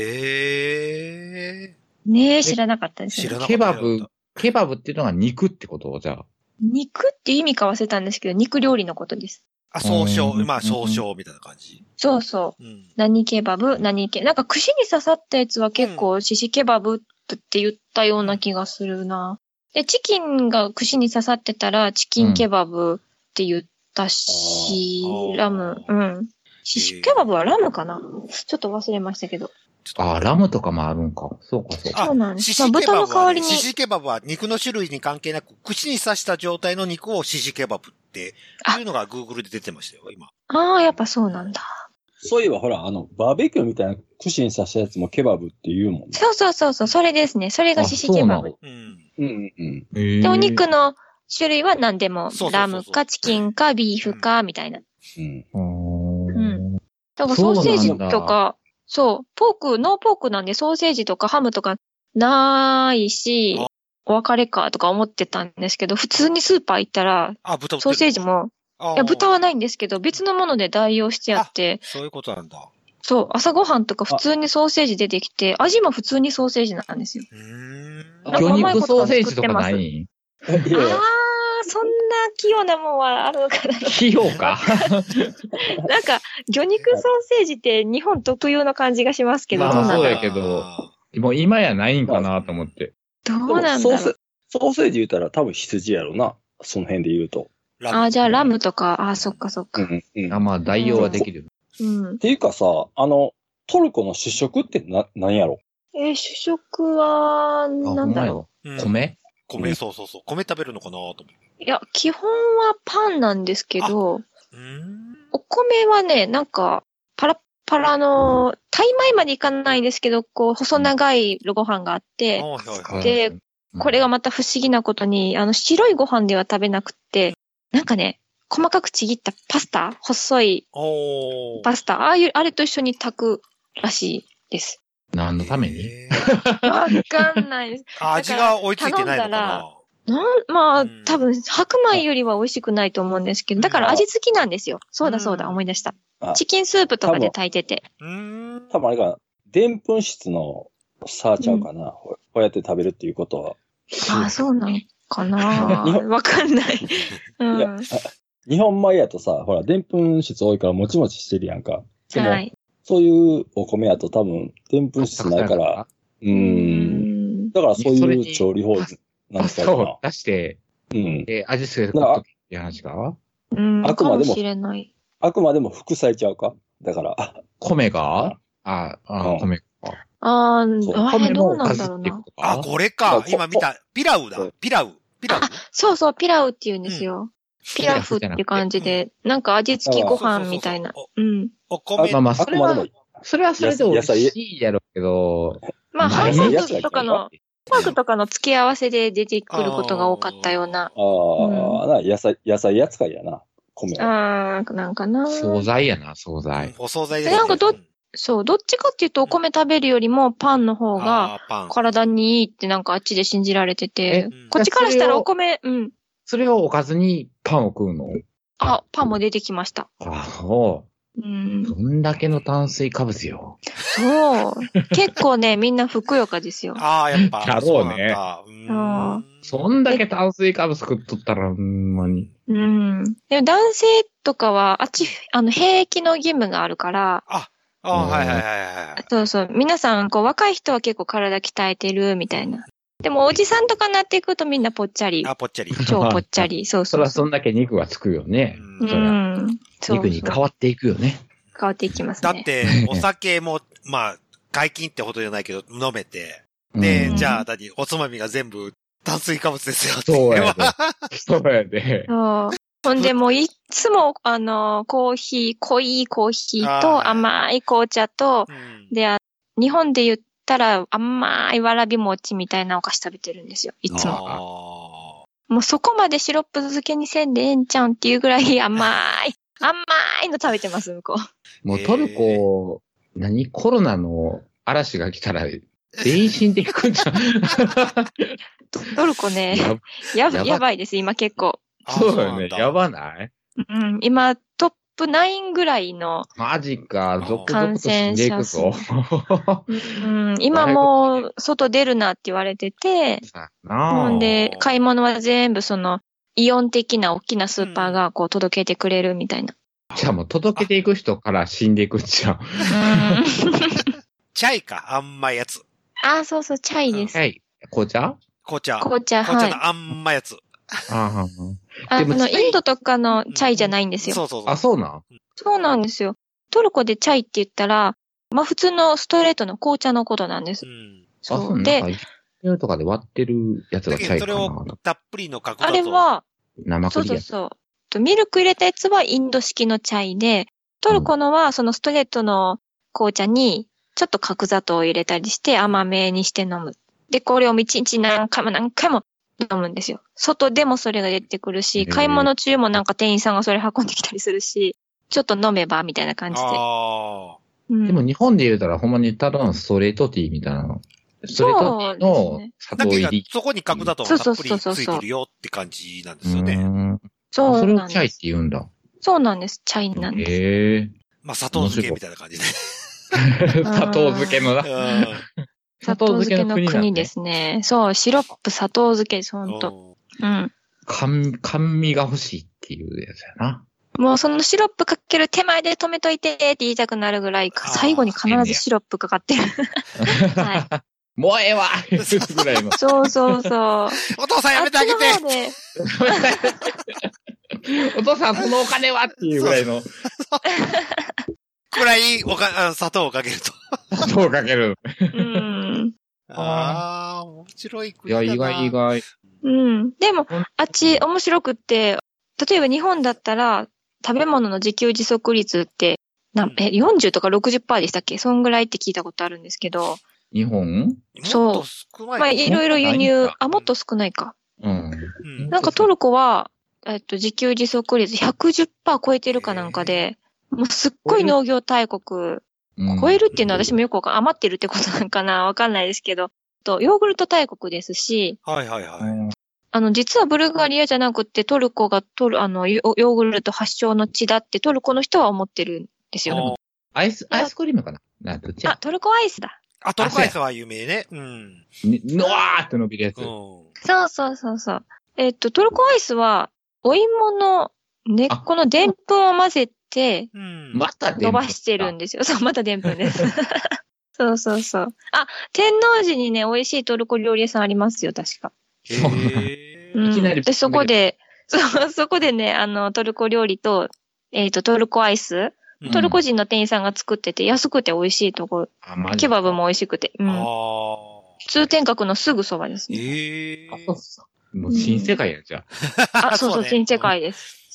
へー。ねえ、知らなかったですね。 ケバブ、ケバブっていうのが肉ってことじゃあ。 肉って意味か忘れたんですけど、肉料理のことです。 あ、総称、まあ総称みたいな感じ。 そうそう。うん、何ケバブ、何ケ、なんか串に刺さったやつは結構シシケバブって言ったような気がするな。で、チキンが串に刺さってたらチキンケバブって言ったし、うん、ラム、うん。シシケバブはラムかな？ちょっと忘れましたけど。 あ、ラムとかもあるんか。そうか、そうか。 そうなんです。まあ、豚の代わりに。 シシケバブは肉の種類に関係なく、串に刺した状態の肉をシシケバブっていうのが Google で出てましたよ、今。 ああ、やっぱそうなんだ。 そういえばほら、あの、バーベキューみたいな串に刺したやつもケバブって言うもんね。 そうそうそうそう、それですね。それがシシケバブ。 うん。うんうん。 で、お肉の種類は何でも、ラムかチキンかビーフかみたいな。うん。うん。だからソーセージとか、そう、ポーク、ノーポークなんでソーセージとかハムとかないし、お別れかとか思ってたんですけど、普通にスーパー行ったら、ソーセージも、いや、豚はないんですけど、別のもので代用してあって、 そういうことなんだ。 そう、朝ごはんとか普通にソーセージ出てきて、味も普通にソーセージなんですよ。 うーん。魚肉ソーセージとかない？ ああ、そんな器用なもんはあるのかな。 器用かなんか、魚肉ソーセージって日本特有の感じがしますけど、 まあ、そうやけど、もう今やないんかなと思って。 どうなんだろう。ソーセ、 ソーセージ言ったら多分羊やろな。その辺で言うと。 ああ、じゃあラムとか、ああ、そっかそっか。うんうん、あ、まあ代用はできる。 うん。っていうかさ、あの、トルコの主食ってな、何やろ？ えー、主食は、なんだろう。うん、米？ 米、そうそうそう。米食べるのかなと思って。 いや、基本はパンなんですけど、お米はね、なんか、パラッパラの、タイ米までいかないですけど、こう、細長いご飯があって、うん、で、これがまた不思議なことに、あの、白いご飯では食べなくって、なんかね、細かくちぎったパスタ、細いパスタ、ああいう、あれと一緒に炊くらしいです。 何のために？ わかんないです。 味が追いついてないのかな？ なん、まあ、うん、多分、白米よりは美味しくないと思うんですけど、だから味付きなんですよ。そうだそうだ、思い出した。チキンスープとかで炊いてて。 多分、多分あれかな、でんぷん質の差ちゃうかな、うん、こうやって食べるっていうことは。 ああ、そうなのかなわかんない。うん、いや、 日本米やとさ、ほら、でんぷん質多いからもちもちしてるやんか。でも、はい、そういうお米やと多分、でんぷん質ないから、うーん。だからそういう調理法パスタを出して、うん。で、味付けて食っとけっていう話か？ うん、あくまでも、 あくまでも副菜ちゃうか？だから。 米がああ、うん、米か。 ああ、米どうなんだろうな。 あ、これか。今見た。ピラウだ。ピラウ。ピラウ。 あ、そうそう、ピラウって言うんですよ。 ピラフって感じで、なんか味付きご飯みたいな。うん。 お米。 まあまあ、それは、それはそれで美味しいやろうけど。 まあ、ハンバーグとかの、ハンバーグとかの付け合わせで出てくることが多かったような。 ああ、な、野菜、野菜扱いやな。米。 ああ、なんかな。 惣菜やな、惣菜。 お惣菜ですね。 なんかど、そう、どっちかっていうとお米食べるよりもパンの方が体にいいってなんかあっちで信じられてて、こっちからしたらお米、うん。 それをおかずにパンを食うの？ あ、パンも出てきました。 あ、そう。うん。どんだけの炭水化物よ。 そう。結構ね、みんなふくよかですよ。 ああ、やっぱ。 やろうね。うん。そんだけ炭水化物食っとったら、ほんまに。 うん。でも男性とかは、あっち、あの、兵役の義務があるから、 あ、ああ、はいはいはいはい。 そうそう。皆さん、こう、若い人は結構体鍛えてるみたいな。でも、おじさんとかになっていくとみんなぽっちゃり。 あ、ぽっちゃり。 超ぽっちゃり。そうそう。 それはそんだけ肉がつくよね。 うん。 肉に変わっていくよね。 変わっていきますね。だって、お酒も、まあ、解禁ってほどじゃないけど、飲めて。で、じゃあ、何、おつまみが全部炭水化物ですよって。 そうやで。そうやで。 そう。ほんでもういつも、あの、コーヒー、濃いコーヒーと甘い紅茶と、で、日本で言ったら甘いわらび餅みたいなお菓子食べてるんですよ、いつも。もうそこまでシロップ漬けにせんでええんちゃうんっていうぐらい甘い、甘いの食べてます、向こう。もうトルコ、何コロナの嵐が来たら、全員死んでいくんじゃん。 トルコね、や、やばいです、今結構。 そうだよね。やばない？ うん。今、トップナインぐらいの。 マジか。続々と死んでいくぞ。 うん。今もう、外出るなって言われてて。ほんで、買い物は全部その、イオン的な大きなスーパーがこう届けてくれるみたいな。 じゃあもう届けていく人から死んでいくんじゃん。 チャイか、甘いやつ。 ああ、そうそう、チャイです。 チャイ。紅茶？ 紅茶。 紅茶、はい。 紅茶の甘いやつ。 ああの、インドとかのチャイじゃないんですよ。 そうそうそう。 あ、そうなん？ そうなんですよ。トルコでチャイって言ったら、まあ普通のストレートの紅茶のことなんです。うん、 そうで、牛とかで割ってるやつがチャイかな。 それをたっぷりの角度と。 あれは、 生クリーム。 そうそうそう。ミルク入れたやつはインド式のチャイで、トルコのはそのストレートの紅茶にちょっと角砂糖を入れたりして甘めにして飲む。で、これを一日何回も何回も飲むんですよ。外でもそれが出てくるし、買い物中もなんか店員さんがそれ運んできたりするし、ちょっと飲めばみたいな感じで。 あうん、でも日本で言うたらほんまにただのストレートティーみたいなの。ストレートティーの砂糖入り。 そこに角砂糖がたっぷりついてるよって感じなんですよね。 そう。 それをチャイって言うんだ。 そうなんです。チャイなんです。 へえ。 まあ砂糖漬けみたいな感じで。 砂糖漬けのな。 砂糖漬けの国ですね。そう、シロップ砂糖漬けです、ほんと。うん。 甘、甘味が欲しいっていうやつやな。 もうそのシロップかける手前で止めといてって言いたくなるぐらい、最後に必ずシロップかかってる。はい。 もうええわぐらいの。 そうそうそう。 お父さんやめてあげてお父さんそのお金はっていうぐらいの。 くらいおか、砂糖をかけると。 砂糖をかける。 うん。 ああ、面白い国だな。いや、意外意外。 うん。でも、あっち面白くって、例えば日本だったら、食べ物の自給自足率って、なえ、よんじゅうとか ろくじゅっパーセント でしたっけ？そんぐらいって聞いたことあるんですけど。 日本？ そう。まあ、いろいろ輸入、あ、もっと少ないか。 うん。 なんかトルコは、えっと、自給自足率 ひゃくじゅっパーセント 超えてるかなんかで、もうすっごい農業大国、超えるっていうのは私もよくわかんない。余ってるってことなんかなわかんないですけど、と、ヨーグルト大国ですし、 はいはいはい。 あの、実はブルガリアじゃなくてトルコがトル、あの、ヨーグルト発祥の地だってトルコの人は思ってるんですよ。 アイス、アイスクリームかななどっち？ あ、トルコアイスだ。 あ、トルコアイスは有名ね。うん。 のわーって伸びるやつ。うん、 そうそうそうそう。えっと、トルコアイスは、お芋の根っこのでんぷんを混ぜて、 また伸ばしてるんですよ。そう、またでんぷんです。そうそうそう。あ、天王寺にね、美味しいトルコ料理屋さんありますよ、確か。 へー。いきなり。で、そこで、そ、そこでね、あの、トルコ料理と、えっと、トルコアイス、トルコ人の店員さんが作ってて、安くて美味しいところ。ケバブも美味しくて。うん。通天閣のすぐそばですね。 へー。 もう新世界やんじゃあ。あ、そうそう、新世界です。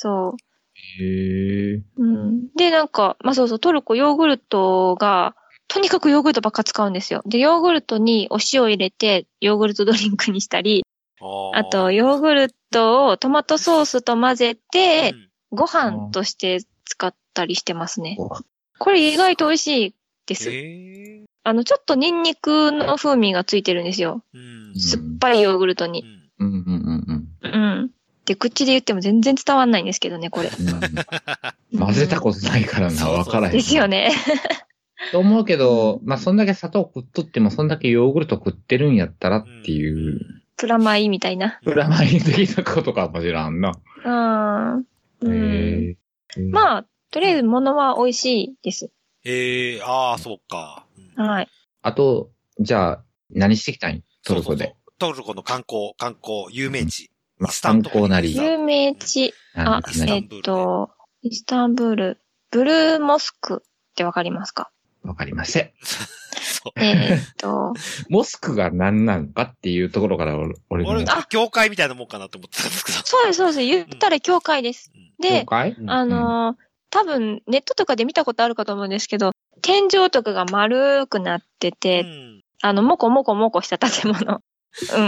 そう。 へー。 うん。で、なんか、まあそうそう、トルコヨーグルトが、とにかくヨーグルトばっか使うんですよ。で、ヨーグルトにお塩入れて、ヨーグルトドリンクにしたり、あと、ヨーグルトをトマトソースと混ぜて、うん、ご飯として使ったりしてますね。これ意外と美味しいです。あの、ちょっとニンニクの風味がついてるんですよ。うん、酸っぱいヨーグルトに。 うんうんうんうん。 うん。で、口で言っても全然伝わんないんですけどね、これ。 うん、混ぜたことないからな、わからへん。 ですよね。 と思うけど、まあ、そんだけ砂糖食っとっても、そんだけヨーグルト食ってるんやったらっていう。 プラマイみたいな。 プラマイ的なことかもしらんな。 うん。へー。まあ、とりあえず物は美味しいです。 へえ、ああ、そうか。 はい。 あと、じゃあ、何してきたんトルコで。そうそうそう。 トルコの観光、観光、有名地。 まあ、観光なり。 有名地。あ、えっと、イスタンブール、ブルーモスクってわかりますか？ わかりません。 えっと。 モスクが何なんかっていうところから俺、俺俺、教会みたいなもんかなと思ってたんですけど。 そうです、そうです。言ったら教会です。うん、で、 教会あのー、多分ネットとかで見たことあるかと思うんですけど、天井とかが丸くなってて、うん、あの、もこもこもこした建物。うん。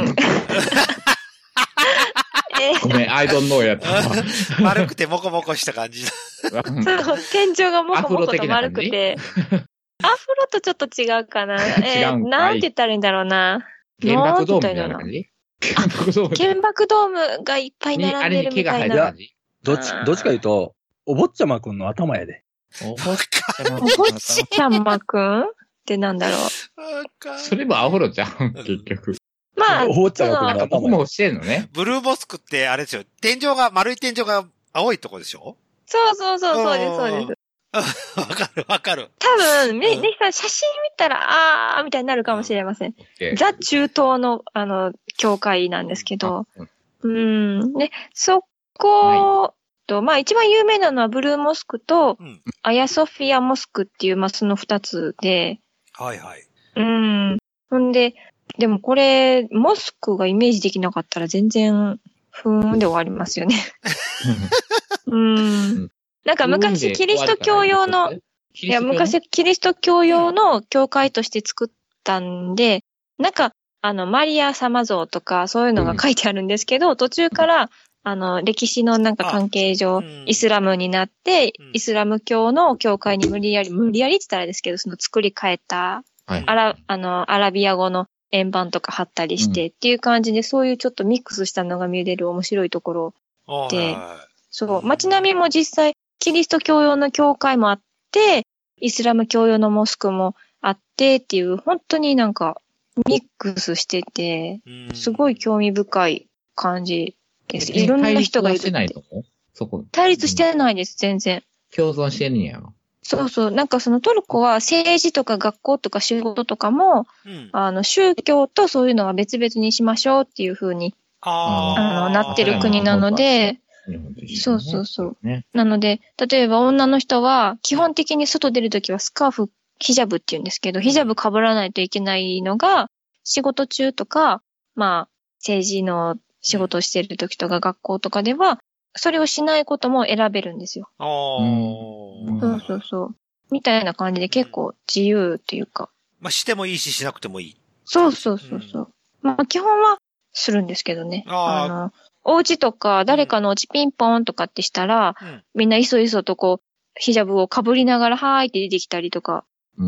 ごめん、I don't know やった。 丸くてもこもこした感じ。 そう、天井がもこもこと丸くて。アフロとちょっと違うかな。えー、なんて言ったらいいんだろうな。 原爆ドームみたいな感じ？ 原爆ドーム。原爆ドームがいっぱい並んでるみたいな。 いや、どっち、どっちか言うと、お坊ちゃまくんの頭やで。 お坊ちゃまくんってなんだろう。 それもアフロじゃん、結局。 まあ、 お坊ちゃまくんの頭やで。 僕もしてんのね。 ブルーモスクってあれですよ。天井が、丸い天井が青いとこでしょ？ そうそうそう、そうです、そうです。 わかるわかる。 多分、ね、ね、写真見たら、あーみたいになるかもしれません。ザ・中東の、あの、教会なんですけど。うん。で、そこ、と、まあ一番有名なのはブルーモスクと、アヤソフィアモスクっていう、まあその二つで。 はいはい。 うん。ほんで、でもこれ、モスクがイメージできなかったら全然、ふーんで終わりますよね。うん。なんか昔キリスト教用の、いや昔キリスト教用の教会として作ったんで、なんかあのマリア様像とかそういうのが書いてあるんですけど、うん、途中からあの歴史のなんか関係上、うん、イスラムになって、うん、イスラム教の教会に無理やり、無理やりって言ったらですけど、その作り変えた、はい、アラ、あの、アラビア語の円盤とか貼ったりしてっていう感じで、うん、そういうちょっとミックスしたのが見れる面白いところで、そう、街並みも実際、キリスト教用の教会もあって、イスラム教用のモスクもあってっていう、本当になんかミックスしてて、すごい興味深い感じです。いろんな人がいるって。対立してないの？そこ。対立してないです、全然。 共存してるんやろ。 そうそう。なんかそのトルコは政治とか学校とか仕事とかも、うん、あの宗教とそういうのは別々にしましょうっていう風に、ああの、なってる国なので、そうそうそう。ね、なので、例えば女の人は基本的に外出るときはスカーフ、ヒジャブって言うんですけど、ヒジャブ被らないといけないのが、仕事中とか、まあ、政治の仕事をしてるときとか学校とかでは、それをしないことも選べるんですよ。ああ。そうそうそう。みたいな感じで結構自由っていうか。 まあ、してもいいし、しなくてもいい。 そうそうそうそう。うん、まあ、基本はするんですけどね。ああの、お家とか誰かのお家ピンポンとかってしたら、うん、みんないそいそとこう、ヒジャブを被りながらはーいって出てきたりとか。うん。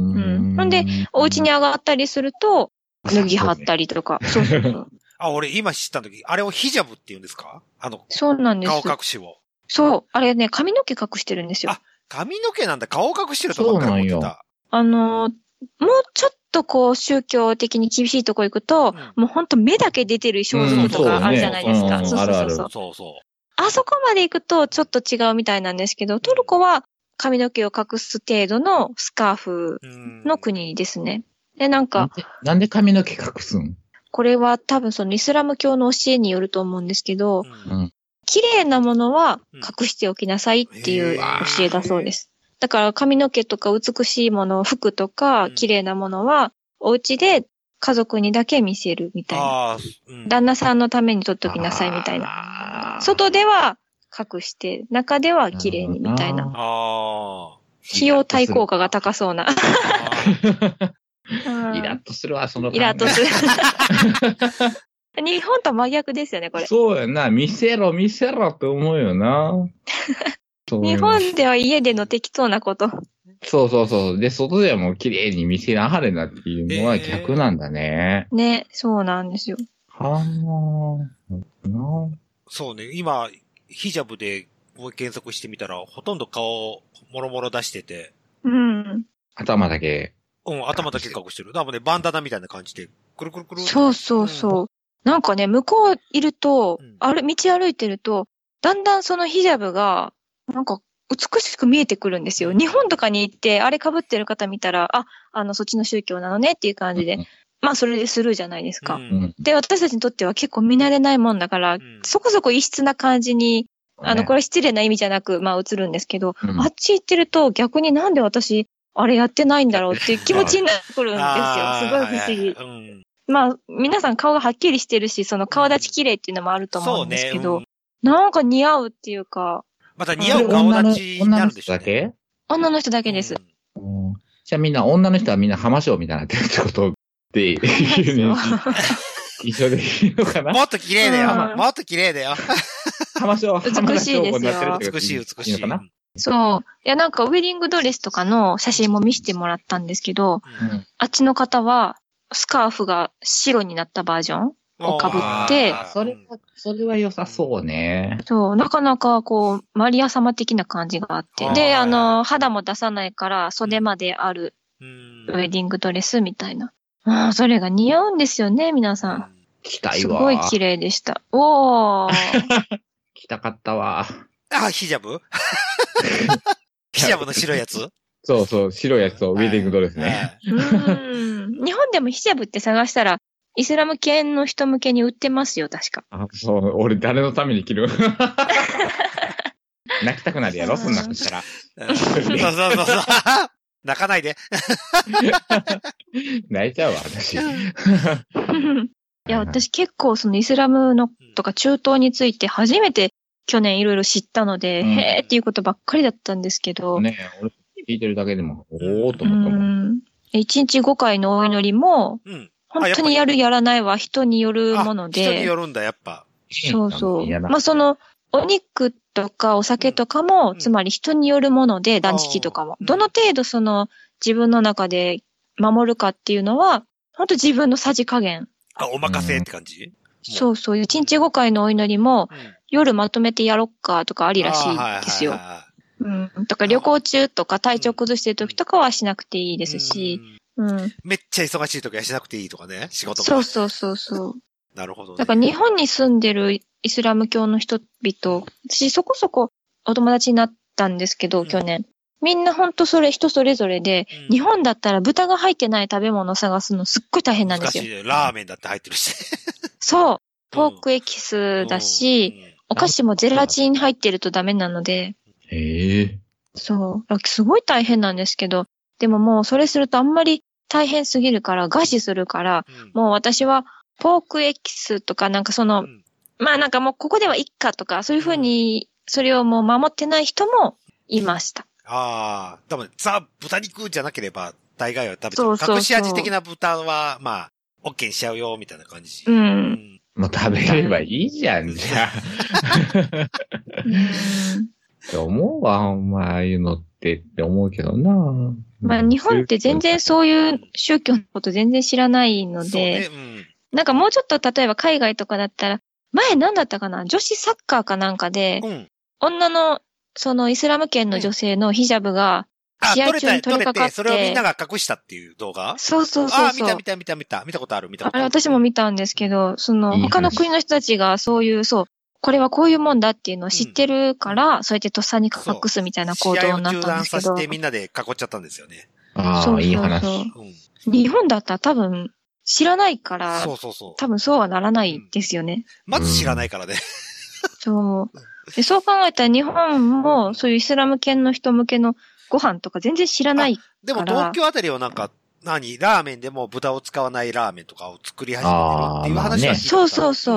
ほんで、お家に上がったりすると、脱ぎ張ったりとか。そうそうそう。 あ、俺今知った時、あれをヒジャブって言うんですか？あの、 そうなんです。 顔隠しを。 そう。あれね、髪の毛隠してるんですよ。 あ、髪の毛なんだ。顔隠してるとばっかり思ってた。 あのー、もうちょっとこう宗教的に厳しいとこ行くと、うん、もうほんと目だけ出てる装束とかあるじゃないですか。そうそうそうそう。そうそう。あそこまで行くとちょっと違うみたいなんですけど、トルコは髪の毛を隠す程度のスカーフの国ですね。で、なんか。 なんで髪の毛隠すん？ これは多分そのイスラム教の教えによると思うんですけど、うん、綺麗なものは隠しておきなさいっていう教えだそうです。だから髪の毛とか美しいもの、服とか綺麗なものはお家で家族にだけ見せるみたいな。うん、旦那さんのために取っておきなさいみたいな。外では隠して、中では綺麗にみたいな。 ああ。 費用対効果が高そうな。 イラッとするわ、そのイラッとする。日本と真逆ですよね、これ。 そうやな。見せろ、見せろって思うよな。 日本では家での適当なこと。 そうそうそう。で、外ではもう綺麗に見せなはれなっていうのは逆なんだね。 えー、ね、そうなんですよ。 はぁ。 そうね、今、ヒジャブで検索してみたら、ほとんど顔、もろもろ出してて。 うん。 頭だけ。 うん、頭だけ隠してる。だからね、バンダナみたいな感じで、くるくるくる。 そうそうそう。うん、なんかね、向こういると、うん、ある、道歩いてると、だんだんそのヒジャブが、なんか、美しく見えてくるんですよ。日本とかに行って、あれ被ってる方見たら、あ、あの、そっちの宗教なのねっていう感じで、うん、まあ、それでスルーじゃないですか。うん、で、私たちにとっては結構見慣れないもんだから、うん、そこそこ異質な感じに、あの、これ失礼な意味じゃなく、まあ、映るんですけど、うん、あっち行ってると逆になんで私、あれやってないんだろうっていう気持ちになってくるんですよ。すごい不思議。うん、まあ、皆さん顔がはっきりしてるし、その顔立ち綺麗っていうのもあると思うんですけど、うんねうん、なんか似合うっていうか。 また似合う顔立ちになるんでしょうね。 女の人だけ？ 女の人だけです。 うん、じゃあみんな、女の人はみんな浜章みたいになってるってことで、一緒でいいのかな？ もっと綺麗だよ。もっと綺麗だよ。 浜章、 美しいですよ。 美しい、美しい。 そう。いや、なんかウェディングドレスとかの写真も見せてもらったんですけど、うん、あっちの方は、スカーフが白になったバージョンを被って、 それは、それは良さそうね。 そう、なかなかこう、マリア様的な感じがあって、で、あの、肌も出さないから袖まであるウェディングドレスみたいな。ああ、それが似合うんですよね、皆さん。 着たいわ。 すごい綺麗でした。おー。 着たかったわ。 あ、ヒジャブヒジャブの白いやつそうそう、白いやつとウェディングドレスね。 うん。日本でもヒジャブって探したら、イスラム系の人向けに売ってますよ、確か。 あ、そう、俺誰のために着る泣きたくなるやろ、そんなことしたら。 そうそうそうそう。泣かないで。 泣いちゃうわ、私。いや、私結構そのイスラムのとか中東について初めて去年いろいろ知ったので、うん、へーっていうことばっかりだったんですけど。 ねえ、俺聞いてるだけでも、おーと思ったもん。 うん。いちにちごかいのお祈りも、うん、本当にやるやらないは人によるもので。 人によるんだ、やっぱ。 そうそう。まあその、お肉とかお酒とかも、うん、つまり人によるもので、断食とかも。どの程度その、自分の中で守るかっていうのは、本当自分のさじ加減。 あ、お任せって感じ、うん、 そうそう。いちにちごかいのお祈りも、うん、夜まとめてやろっかとかありらしいですよ。うん。だから旅行中とか体調崩してる時とかはしなくていいですし、うん。 めっちゃ忙しい時はしなくていいとかね、仕事が。 そうそうそうそう。 なるほどね。 だから日本に住んでるイスラム教の人々、私そこそこお友達になったんですけど、うん、去年。みんなほんとそれ人それぞれで、うん、日本だったら豚が入ってない食べ物を探すのすっごい大変なんですよ。 難しいね。ラーメンだって入ってるし。 そう。ポークエキスだし、うんうん、お菓子もゼラチン入ってるとダメなので。 へえ。 そう。すごい大変なんですけど、でももうそれするとあんまり大変すぎるから、餓死するから、うん、もう私はポークエキスとかなんかその、うん、まあなんかもうここではいっかとか、そういうふうにそれをもう守ってない人もいました。 ああ、多分ザ・豚肉じゃなければ大概は食べてる。隠し味的な豚はまあ、OK にしちゃうよみたいな感じ。 うん。うん、 もう食べればいいじゃん、じゃあ。って思うわ、お前、ああいうのってって思うけどな。 まあ日本って全然そういう宗教のこと全然知らないので、ねうん、なんかもうちょっと例えば海外とかだったら、前何だったかな女子サッカーかなんかで、うん、女のそのイスラム圏の女性のヒジャブが試合中に取り掛かって、 それをみんなが隠したっていう動画そうそうそうそう。 ああ、見た見た見た見た。見たことある見たことある。 あれ私も見たんですけど、その他の国の人たちがそういう、そう、これはこういうもんだっていうのを知ってるから、うん、そうやってとっさに隠すみたいな行動になったんですけど。試合を中断させてみんなで囲っちゃったんですよね。 ああ、そうそうそういい話、 うん。日本だったら多分知らないから、 そうそうそう。 多分そうはならないですよね。 うん、まず知らないからね。 そう。でそう考えたら日本もそういうイスラム圏の人向けのご飯とか全然知らないから。 でも東京あたりはなんか、何ラーメンでも豚を使わないラーメンとかを作り始めてるっていう話は聞いた、 ね、そうそうそう。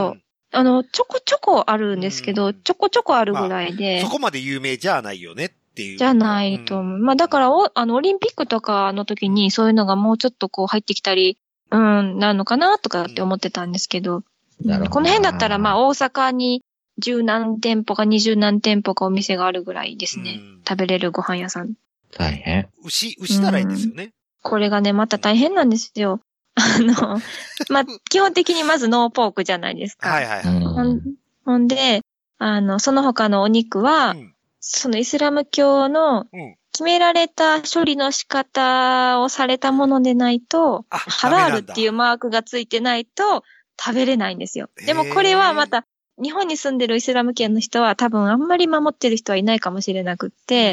あの、ちょこちょこあるんですけど、ちょこちょこあるぐらいで。 まあ、そこまで有名じゃないよねっていう。 じゃないと思う。うん、まあだからお、あの、オリンピックとかの時にそういうのがもうちょっとこう入ってきたり、うん、なるのかなとかって思ってたんですけど、うん、この辺だったらまあ大阪に十何店舗か二十何店舗かお店があるぐらいですね。うん、食べれるご飯屋さん。 大変。 牛、牛ならいいんですよね、うん。 これがね、また大変なんですよ。あの、まあ、基本的にまずノーポークじゃないですか。 はいはいはい。 ほん、ほんで、あの、その他のお肉は、うん、そのイスラム教の決められた処理の仕方をされたものでないと、ハラールっていうマークがついてないと食べれないんですよ。でもこれはまた、日本に住んでるイスラム圏の人は多分あんまり守ってる人はいないかもしれなくって、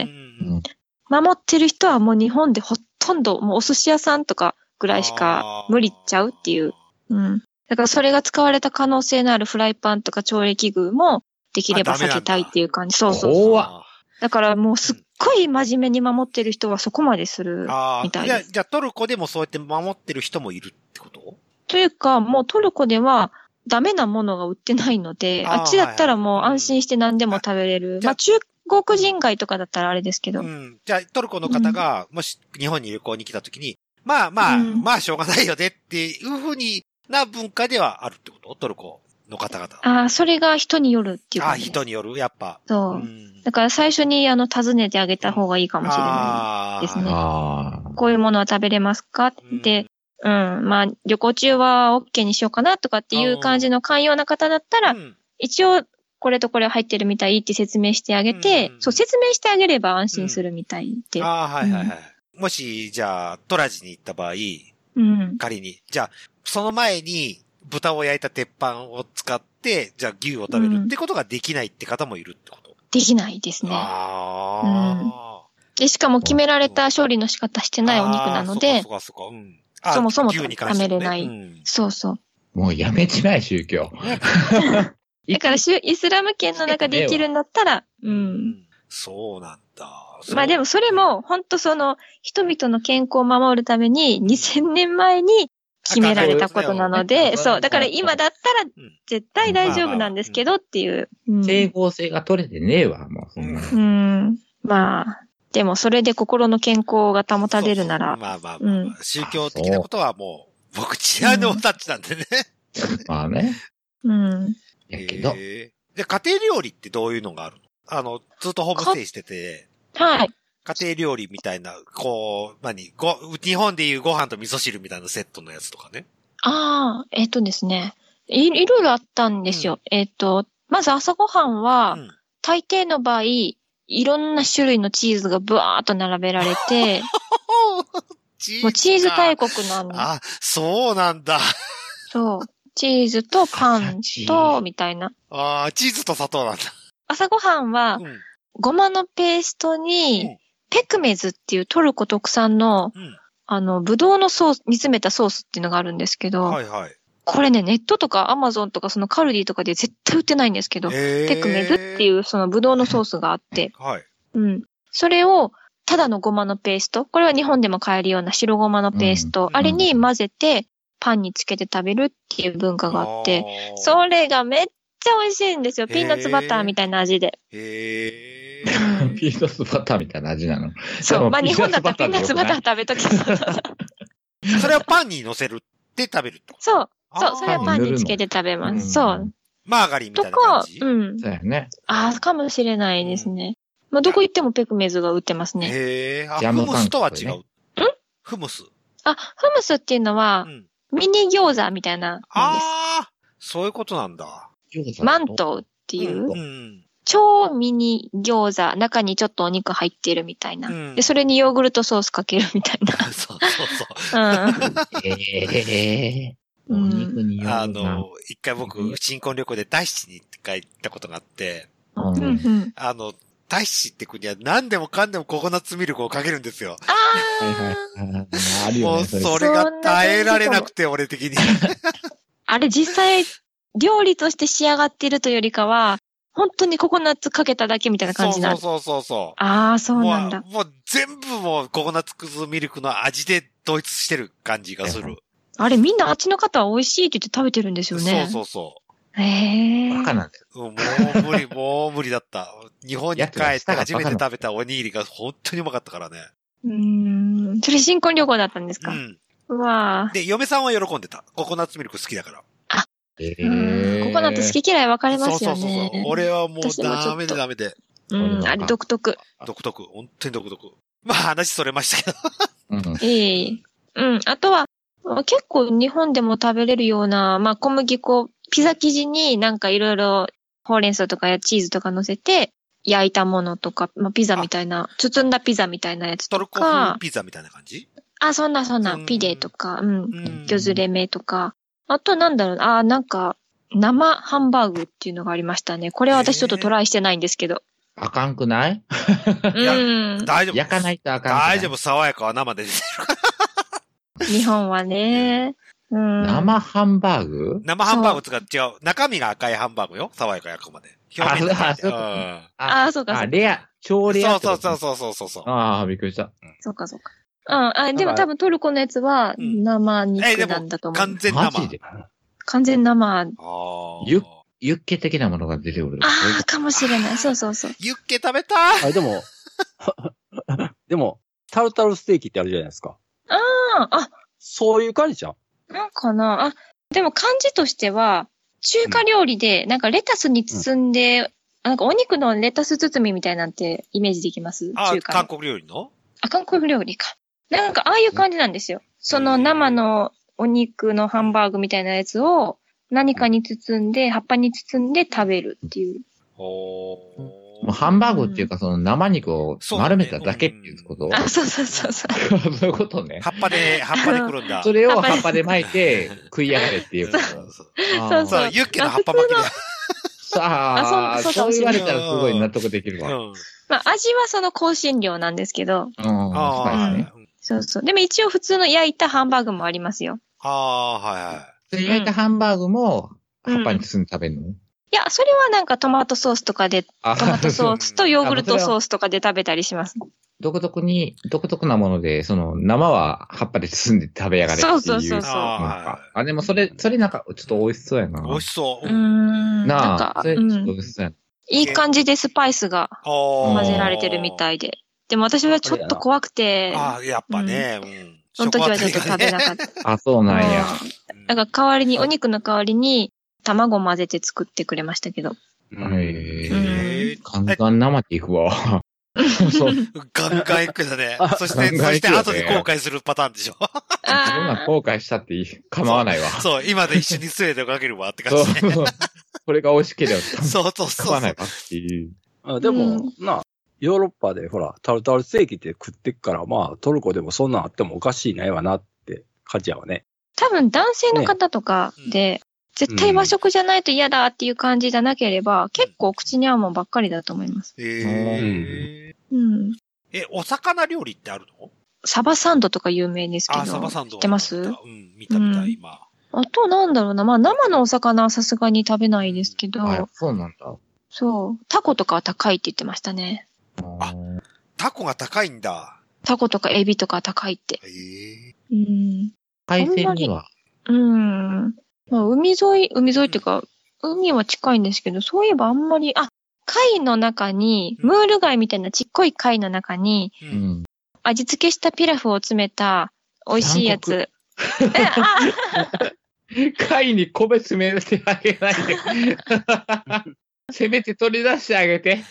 うん、守ってる人はもう日本でほとんどもうお寿司屋さんとかぐらいしか無理っちゃうっていう。うん。だからそれが使われた可能性のあるフライパンとか調理器具もできれば避けたいっていう感じ。そうそうそう。だからもうすっごい真面目に守ってる人はそこまでするみたいです。 じゃあ、じゃあトルコでもそうやって守ってる人もいるってこと？ というか、もうトルコではダメなものが売ってないので、あ, あっちだったらもう安心して何でも食べれる。はいはい、まあ中国人街とかだったらあれですけど。 うん。じゃあトルコの方が、もし日本に旅行に来た時に、まあまあ、うん、まあしょうがないよねっていうふうにな文化ではあるってこと？トルコの方々。 ああ、それが人によるっていう感じ。 ああ、人によるやっぱ。 そう。うん、だから最初にあの尋ねてあげた方がいいかもしれないですね。ああ。こういうものは食べれますかって、うん、うん。まあ旅行中は OK にしようかなとかっていう感じの寛容な方だったら、うん、一応これとこれ入ってるみたいって説明してあげて、うん、そう説明してあげれば安心するみたいって。うん、 ああ、はいはいはい。うん、もし、じゃあ、トラジに行った場合、うん、仮に、じゃあ、その前に豚を焼いた鉄板を使って、じゃあ牛を食べるってことができないって方もいるってこと？うん、 できないですね。ああ、うん。で、しかも決められた処理の仕方してないお肉なので、 そうかそうか、うん、 そもそも食べれない、うん。そうそう。 もうやめちまえ、宗教。 だから、イスラム圏の中で生きるんだったら、うん。 そうなんだ。 まあでもそれも、本当その、人々の健康を守るために、にせんねんまえに決められたことなので、そう。だから今だったら、絶対大丈夫なんですけどっていう。 整合性が取れてねえわ、もうそんな。 うん。まあ、でもそれで心の健康が保たれるなら。 そうそうまあまあまあ、まあ、宗教的なことはもう、僕、治安のタッチなんでね。 まあね。 うん。 やけど。 で、家庭料理ってどういうのがあるの？あの、ずっとホームステイしてて。 はい。 家庭料理みたいな、こう、何ご、日本でいうご飯と味噌汁みたいなセットのやつとかね。 ああ、えっとですね。い、いろいろあったんですよ。うん、えっと、まず朝ごはんは、うん、大抵の場合、いろんな種類のチーズがブワーっと並べられて、もうチーズ大国なんだ。 あ、そうなんだ。 そう。チーズとパンと、みたいな。 ああ、チーズと砂糖なんだ。 朝ごはんは、うん、ごまのペーストに、うん、ペクメズっていうトルコ特産の、うん、あの、ブドウのソース、煮詰めたソースっていうのがあるんですけど、はいはい。これね、ネットとかアマゾンとかそのカルディとかで絶対売ってないんですけど、ペクメズっていうそのブドウのソースがあって、はい。うん。それを、ただのごまのペースト、これは日本でも買えるような白ごまのペースト、うん、あれに混ぜて、パンにつけて食べるっていう文化があって、それがめっちゃ美味しいんですよ。ピーナッツバターみたいな味で。 へー。ピーナッツバターみたいな味なの。 そう。まあ日本だったらピーナッツバター食べときそう。 それをパンに乗せるって食べると。 そう。そう。それはパンにつけて食べます。そう。 マーガリンみたいな感じ。 とか、うん。 そうやね。 ああ、かもしれないですね。まあどこ行ってもペクメズが売ってますね。 へー。あ、フムスとは違う。ん？フムス。 あ、フムスっていうのは、うんミニ餃子みたいな。 ああ、そういうことなんだ。 マントっていう、うん、超ミニ餃子、中にちょっとお肉入ってるみたいな、うん。で、それにヨーグルトソースかけるみたいな。 そうそうそう。うん、 えー、お肉にヨーグルト。 あの、一回僕、新婚旅行で大七に一回行ったことがあって、 うん、 あの、大七って国は何でもかんでもココナッツミルクをかけるんですよ。 ああ、 もうそれが耐えられなくて、俺的に。 あれ実際、料理として仕上がってるというよりかは、本当にココナッツかけただけみたいな感じなんそうそうそうそう。 ああ、そうなんだ。 もう、もう全部もうココナッツクズミルクの味で統一してる感じがする。 あれみんなあっちの方は美味しいって言って食べてるんですよね。 そうそうそへー。バカなんだよ。 もう無理、もう無理だった。日本に帰って初めて食べたおにぎりが本当にうまかったからね。 うーん。それ新婚旅行だったんですか？うん。うわで、嫁さんは喜んでた。ココナッツミルク好きだから。 あ、へー。ココナッツ好き嫌い分かれますよね。 そうそうそうそう。俺はもうダメでダメで。 うん、あれ独特。 独特。本当に独特。まあ話それましたけど。うん。ええ。うん。あとは、結構日本でも食べれるような、まあ小麦粉、ピザ生地になんかいろいろほうれん草とかやチーズとか乗せて焼いたものとか、まあピザみたいな、包んだピザみたいなやつとか。 トルコ風ピザみたいな感じ？ あ、そんなそんな、ピデとか、うん。魚ずれ目とか。あとなんだろう、あ、なんか生ハンバーグっていうのがありましたね。これは私ちょっとトライしてないんですけど。 あかんくないうん。 大丈夫。 焼かないとあかん。 大丈夫、爽やかは生で出てるから。 日本はね。うん、 生ハンバーグ生ハンバーグ使っ違う。中身が赤いハンバーグよ。爽やか焼くまで。 表面だけ。 ああ、あ、そうか。 あ、レア。超レア。 そうそうそうそうそう。 ああ、びっくりした。 そうかそうか。うん。あ、でも多分トルコのやつは生肉なんだと思う。 完全生。マジで完全生。 ああ。 ユッ、ユッケ的なものが出てくる。 ああ、かもしれない。そうそうそう。 ユッケ食べたあ、でも、でも、タルタルステーキってあるじゃないですか。 ああ、あ。 そういう感じじゃん。 なんかなあ、でも漢字としては、中華料理で、なんかレタスに包んで、うん、なんかお肉のレタス包みみたいなんてイメージできます？ あ、 中華韓国料理の？ あ、韓国料理か。なんかああいう感じなんですよ。その生のお肉のハンバーグみたいなやつを何かに包んで、葉っぱに包んで食べるっていう。 おー。もうハンバーグっていうかその生肉を丸めただけっていうこと？ ね、うん、あ、そうそうそうそう。 そういうことね。 葉っぱで、葉っぱでくるんだ。 それを葉っぱで巻いて食い上がれっていう。 そうそうそう。そう、ユッケの葉っぱ巻きで。 さあ、そう言われたらすごい納得できるわ。 うん、まあ味はその香辛料なんですけど。 うん。あね、そうそう。でも一応普通の焼いたハンバーグもありますよ。 ああ、はいはい。 焼いたハンバーグも葉っぱに包んで食べるの？うん、 いや、それはなんかトマトソースとかで、トマトソースとヨーグルトソースとかで食べたりします。 独特に、独特なもので、その生は葉っぱで包んで食べやがれっていう。 そうそうそうそう。 あ、でもそれ、それなんかちょっと美味しそうやな。 美味しそう。 うーん。 なあ、それちょっと美味しそうやな。 いい感じでスパイスが混ぜられてるみたいで。でも私はちょっと怖くて。 ああ、やっぱね。うん。 その時はちょっと食べなかった。 あ、そうなんや。 だから代わりに、お肉の代わりに卵混ぜて作ってくれましたけど。 へぇー。ガンガン生っていくわ。 ガンガンいくよね。そして、そして後で後悔するパターンでしょ。 今後悔したっていい構わないわ。 そう、今で一緒にスウェーデンをかけるわって感じで。 これが美味しければ。 そうそうそう。 構わないわっていう。 あでも、な、ヨーロッパでほら、タルタルステーキって食ってっから、まあトルコでもそんなんあってもおかしいないわなって感じやわね。 多分男性の方とかで、絶対和食じゃないと嫌だっていう感じじゃなければ、うん、結構口に合うもんばっかりだと思います。 へー。うん。 え、お魚料理ってあるの？ サバサンドとか有名ですけど。 あ、サバサンド。 知ってます？ うん、見た見た、今。 あとなんだろうな。まあ生のお魚はさすがに食べないですけど。 あ、そうなんだ。 そう。タコとかは高いって言ってましたね。 あ、タコが高いんだ。 タコとかエビとか高いって。 へえ。 うん。 海鮮にはうん。まあ、海沿い、海沿いっていうか、海は近いんですけど、そういえばあんまり、あ、貝の中に、ムール貝みたいなちっこい貝の中に、うん、味付けしたピラフを詰めた美味しいやつ。え、あ貝に米詰めてあげないで。せめて取り出してあげて。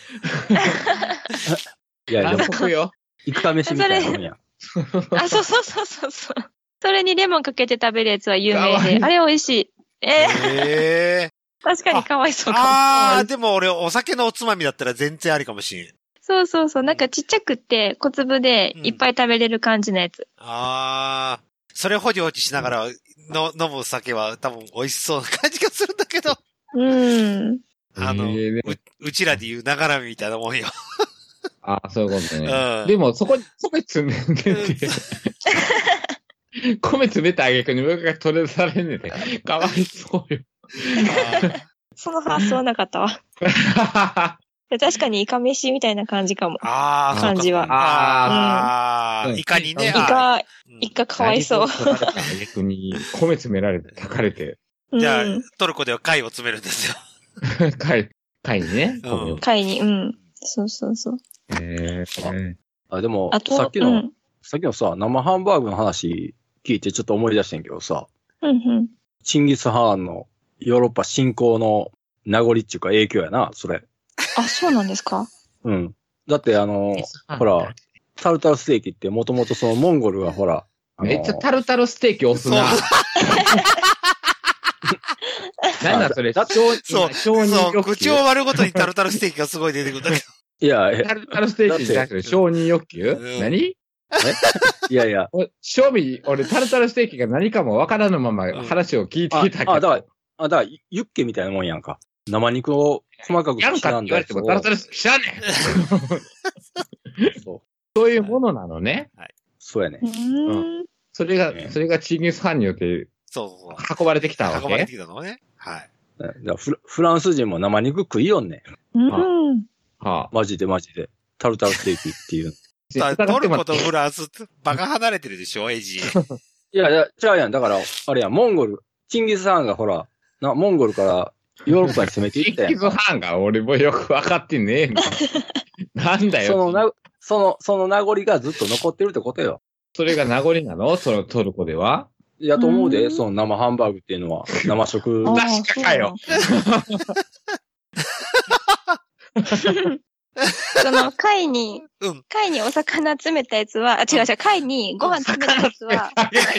いや、 でも、よ。 いかめしみたいなもんや。 あ、そうそうそうそうそう。それにレモンかけて食べるやつは有名で、あれ美味しい。えー、 えー、 確かにかわいそうかも。 ああ、でも俺お酒のおつまみだったら全然ありかもしん。 そうそうそう。なんかちっちゃくって小粒でいっぱい食べれる感じのやつ。うん、 ああ、それほじほじしながらの飲む酒は多分美味しそうな感じがするんだけど。 うん。 あの、えー、う、うちらで言うながらみみたいなもんよ。 ああ、そういうことね。 うん、 でもそこに、そこに詰めんでて。米詰めたあげくに上が取れされんねんね。かわいそうよ。 その発想なかったわ。確かにイカ飯みたいな感じかも。 ああ、 感じは。 ああ、うん、イカにね。 イカ、イカかわいそう。 逆に米詰められて、炊かれて、 じゃあ、トルコでは貝を詰めるんですよ。 貝、貝にね。 うん、 貝に、うん。そうそうそう。 へー。 あ、でも、さっきの、うん、さっきのさ、生ハンバーグの話聞いてちょっと思い出してんけどさ、 うんうん、 チンギス・ハーンのヨーロッパ侵攻の名残っていうか影響やな、それ。 あ、そうなんですか？ うん。だってあの、ほら、タルタルステーキってもともとそのモンゴルがほら、 めっちゃタルタルステーキ押すな。なんだそれ、 そう、そう、そう、口を割るごとにタルタルステーキがすごい出てくるんだけど。 いや、 タルタルステーキじゃなくて承認欲求、うん、何えいやいや。 正味、俺タルタルステーキが何かもわからぬまま話を聞いてきたけど。 うん、あ、あ、だから、あ、だから、ユッケみたいなもんやんか。生肉を細かく刻んだやつを。やんかって言われてもタルタルステーキ知らねえ。そう。そういうものなのね。 はい。そうやね。 うん。 それが、それがチンギス・ハンによって、 そうそうそう。 運ばれてきたわけ。 運ばれてきたのね。はい。 フ, フランス人も生肉食いよんねん。うん。 はあ、マジでマジで。タルタルステーキっていう。 トルコとフランスってバカ離れてるでしょ、エイジ。 いやいや、違うやん。だから、あれやん、モンゴル、チンギス・ハンがほら、な、モンゴルからヨーロッパに攻めていったやん。 チンギス・ハンが俺もよくわかってねえの。なんだよ。 そのな、その、その名残がずっと残ってるってことよ。 それが名残なの？そのトルコでは？ いやと思うで、その生ハンバーグっていうのは、生食。 確かかよ。 その貝に、うん、貝にお魚詰めたやつは、あ、違う違う、貝にご飯詰めたやつは、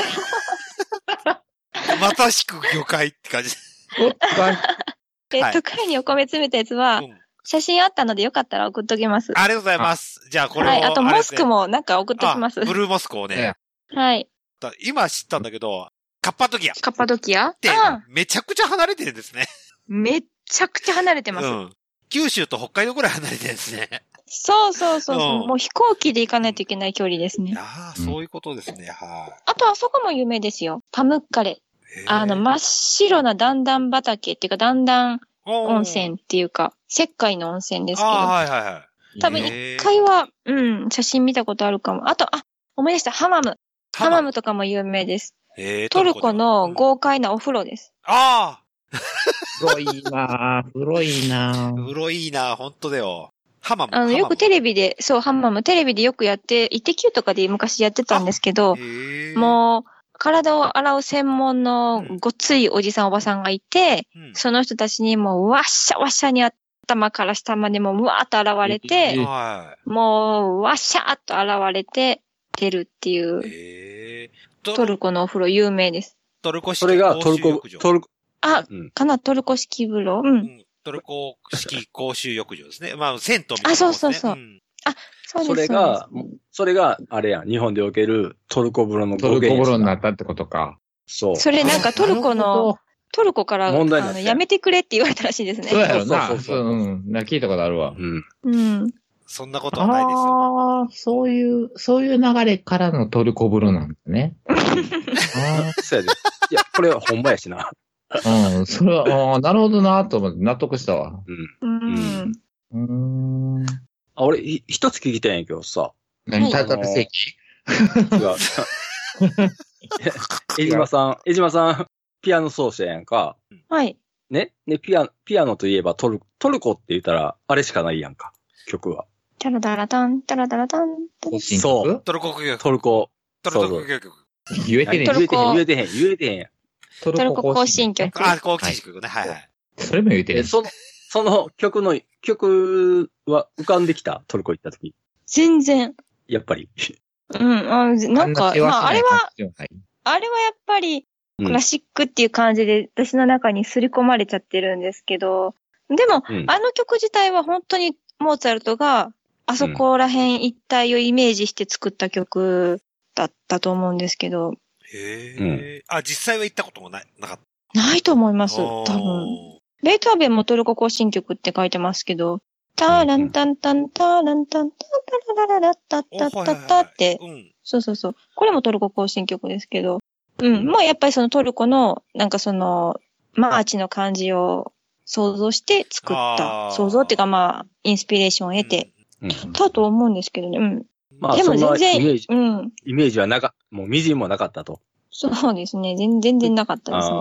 まさしく魚介って感じ。 えっと、貝にお米詰めたやつは、うん、写真あったのでよかったら送っときます。 ありがとうございます。じゃあこれを。 はい、あとモスクもなんか送っときます。 ブルーモスクをね。 はい。 今知ったんだけど、カッパドキア。 カッパドキアってめちゃくちゃ離れてるんですね。 めちゃくちゃ離れてます。うん。 九州と北海道ぐらい離れてるんですね。 そうそうそう。うん、もう飛行機で行かないといけない距離ですね。 ああ、そういうことですね。はい。 あとあそこも有名ですよ。パムッカレ。あの、真っ白な段々畑っていうか、段々温泉っていうか、石灰の温泉ですけど。 あはいはいはい。 多分一回は、うん、写真見たことあるかも。あと、あ、思い出した、ハマム。ハマムとかも有名です。トルコの豪快なお風呂です。 うん、ああ風呂いいなぁ。風呂いいなぁ。 風呂いいなぁ。ほんとだよ。ハマム。 あの、よくテレビで、そう、ハマム、テレビでよくやって、イッテ Q とかで昔やってたんですけど、もう、体を洗う専門のごっついおじさんおばさんがいて、うん、その人たちにもうワッシャワッシャに頭から下までもうわーっと現れて、えー、もうワッシャーっと現れて出るっていう、えー、トルコのお風呂有名です。 トルコ式それがトルコ、トルコ、 あ、うん、かな、トルコ式風呂、うん、うん。 トルコ式公衆浴場ですね。まあ、銭湯みたいな、ね。 あ、そうそうそう。うん、あ、そうです。 それが、それが、あれやん、日本でおけるトルコ風呂の語源。 トルコ風呂になったってことか。 そう。 それなんかトルコの、トルコから、問題あの、やめてくれって言われたらしいですね。 そうやろな。そうそうそう。うん。聞いたことあるわ。 うん。 うん。 そんなことはないですよ。 ああ、そういう、そういう流れからのトルコ風呂なんだね。ああ、そうやで。いや、これはほんまやしな。 うん、それは、ああ、なるほどなと思って納得したわ。 うん。 うん。 うん。 あ、俺、一つ聞きたいんやけどさ。 何タルタルステーキ？ 違う。江島さん、江島さん、ピアノ奏者やんか。 はい。 ねね、ピアノ、ピアノといえばトル、トルコって言ったら、あれしかないやんか。曲は。 タラタラタン、タラタラタン。 そう。 トルコ曲。 トルコ。 トルコ曲。 言えてへん、 言えてへん、言えてへん、言えてへんやん。 トルコ行進曲。 あ、行進曲ね。はいはい。 それも言えてへん。 その、その曲の、曲は浮かんできたトルコ行った時。 全然。 やっぱり。 うん、あなんか、まあ、あれは、あれはやっぱり、クラシックっていう感じで、私の中に刷り込まれちゃってるんですけど、でも、うん、あの曲自体は本当にモーツァルトが、あそこら辺一帯をイメージして作った曲だったと思うんですけど。 へえ、うん。あ、実際は行ったこともない、なかった。 ないと思います、多分。ベートーベンもトルコ行進曲って書いてますけど、ターランタンタンターランタンタンタララララッタッタッタッタって、そうそうそう。これもトルコ行進曲ですけど、うん。もうやっぱりそのトルコの、なんかその、マーチの感じを想像して作った。想像っていうかまあ、インスピレーションを得て、だと思うんですけどね。うん。 まあ、でも全然、イメージ、うん。イメージはなか、もうみじんもなかったと。 そうですね。全然、全然なかったですね。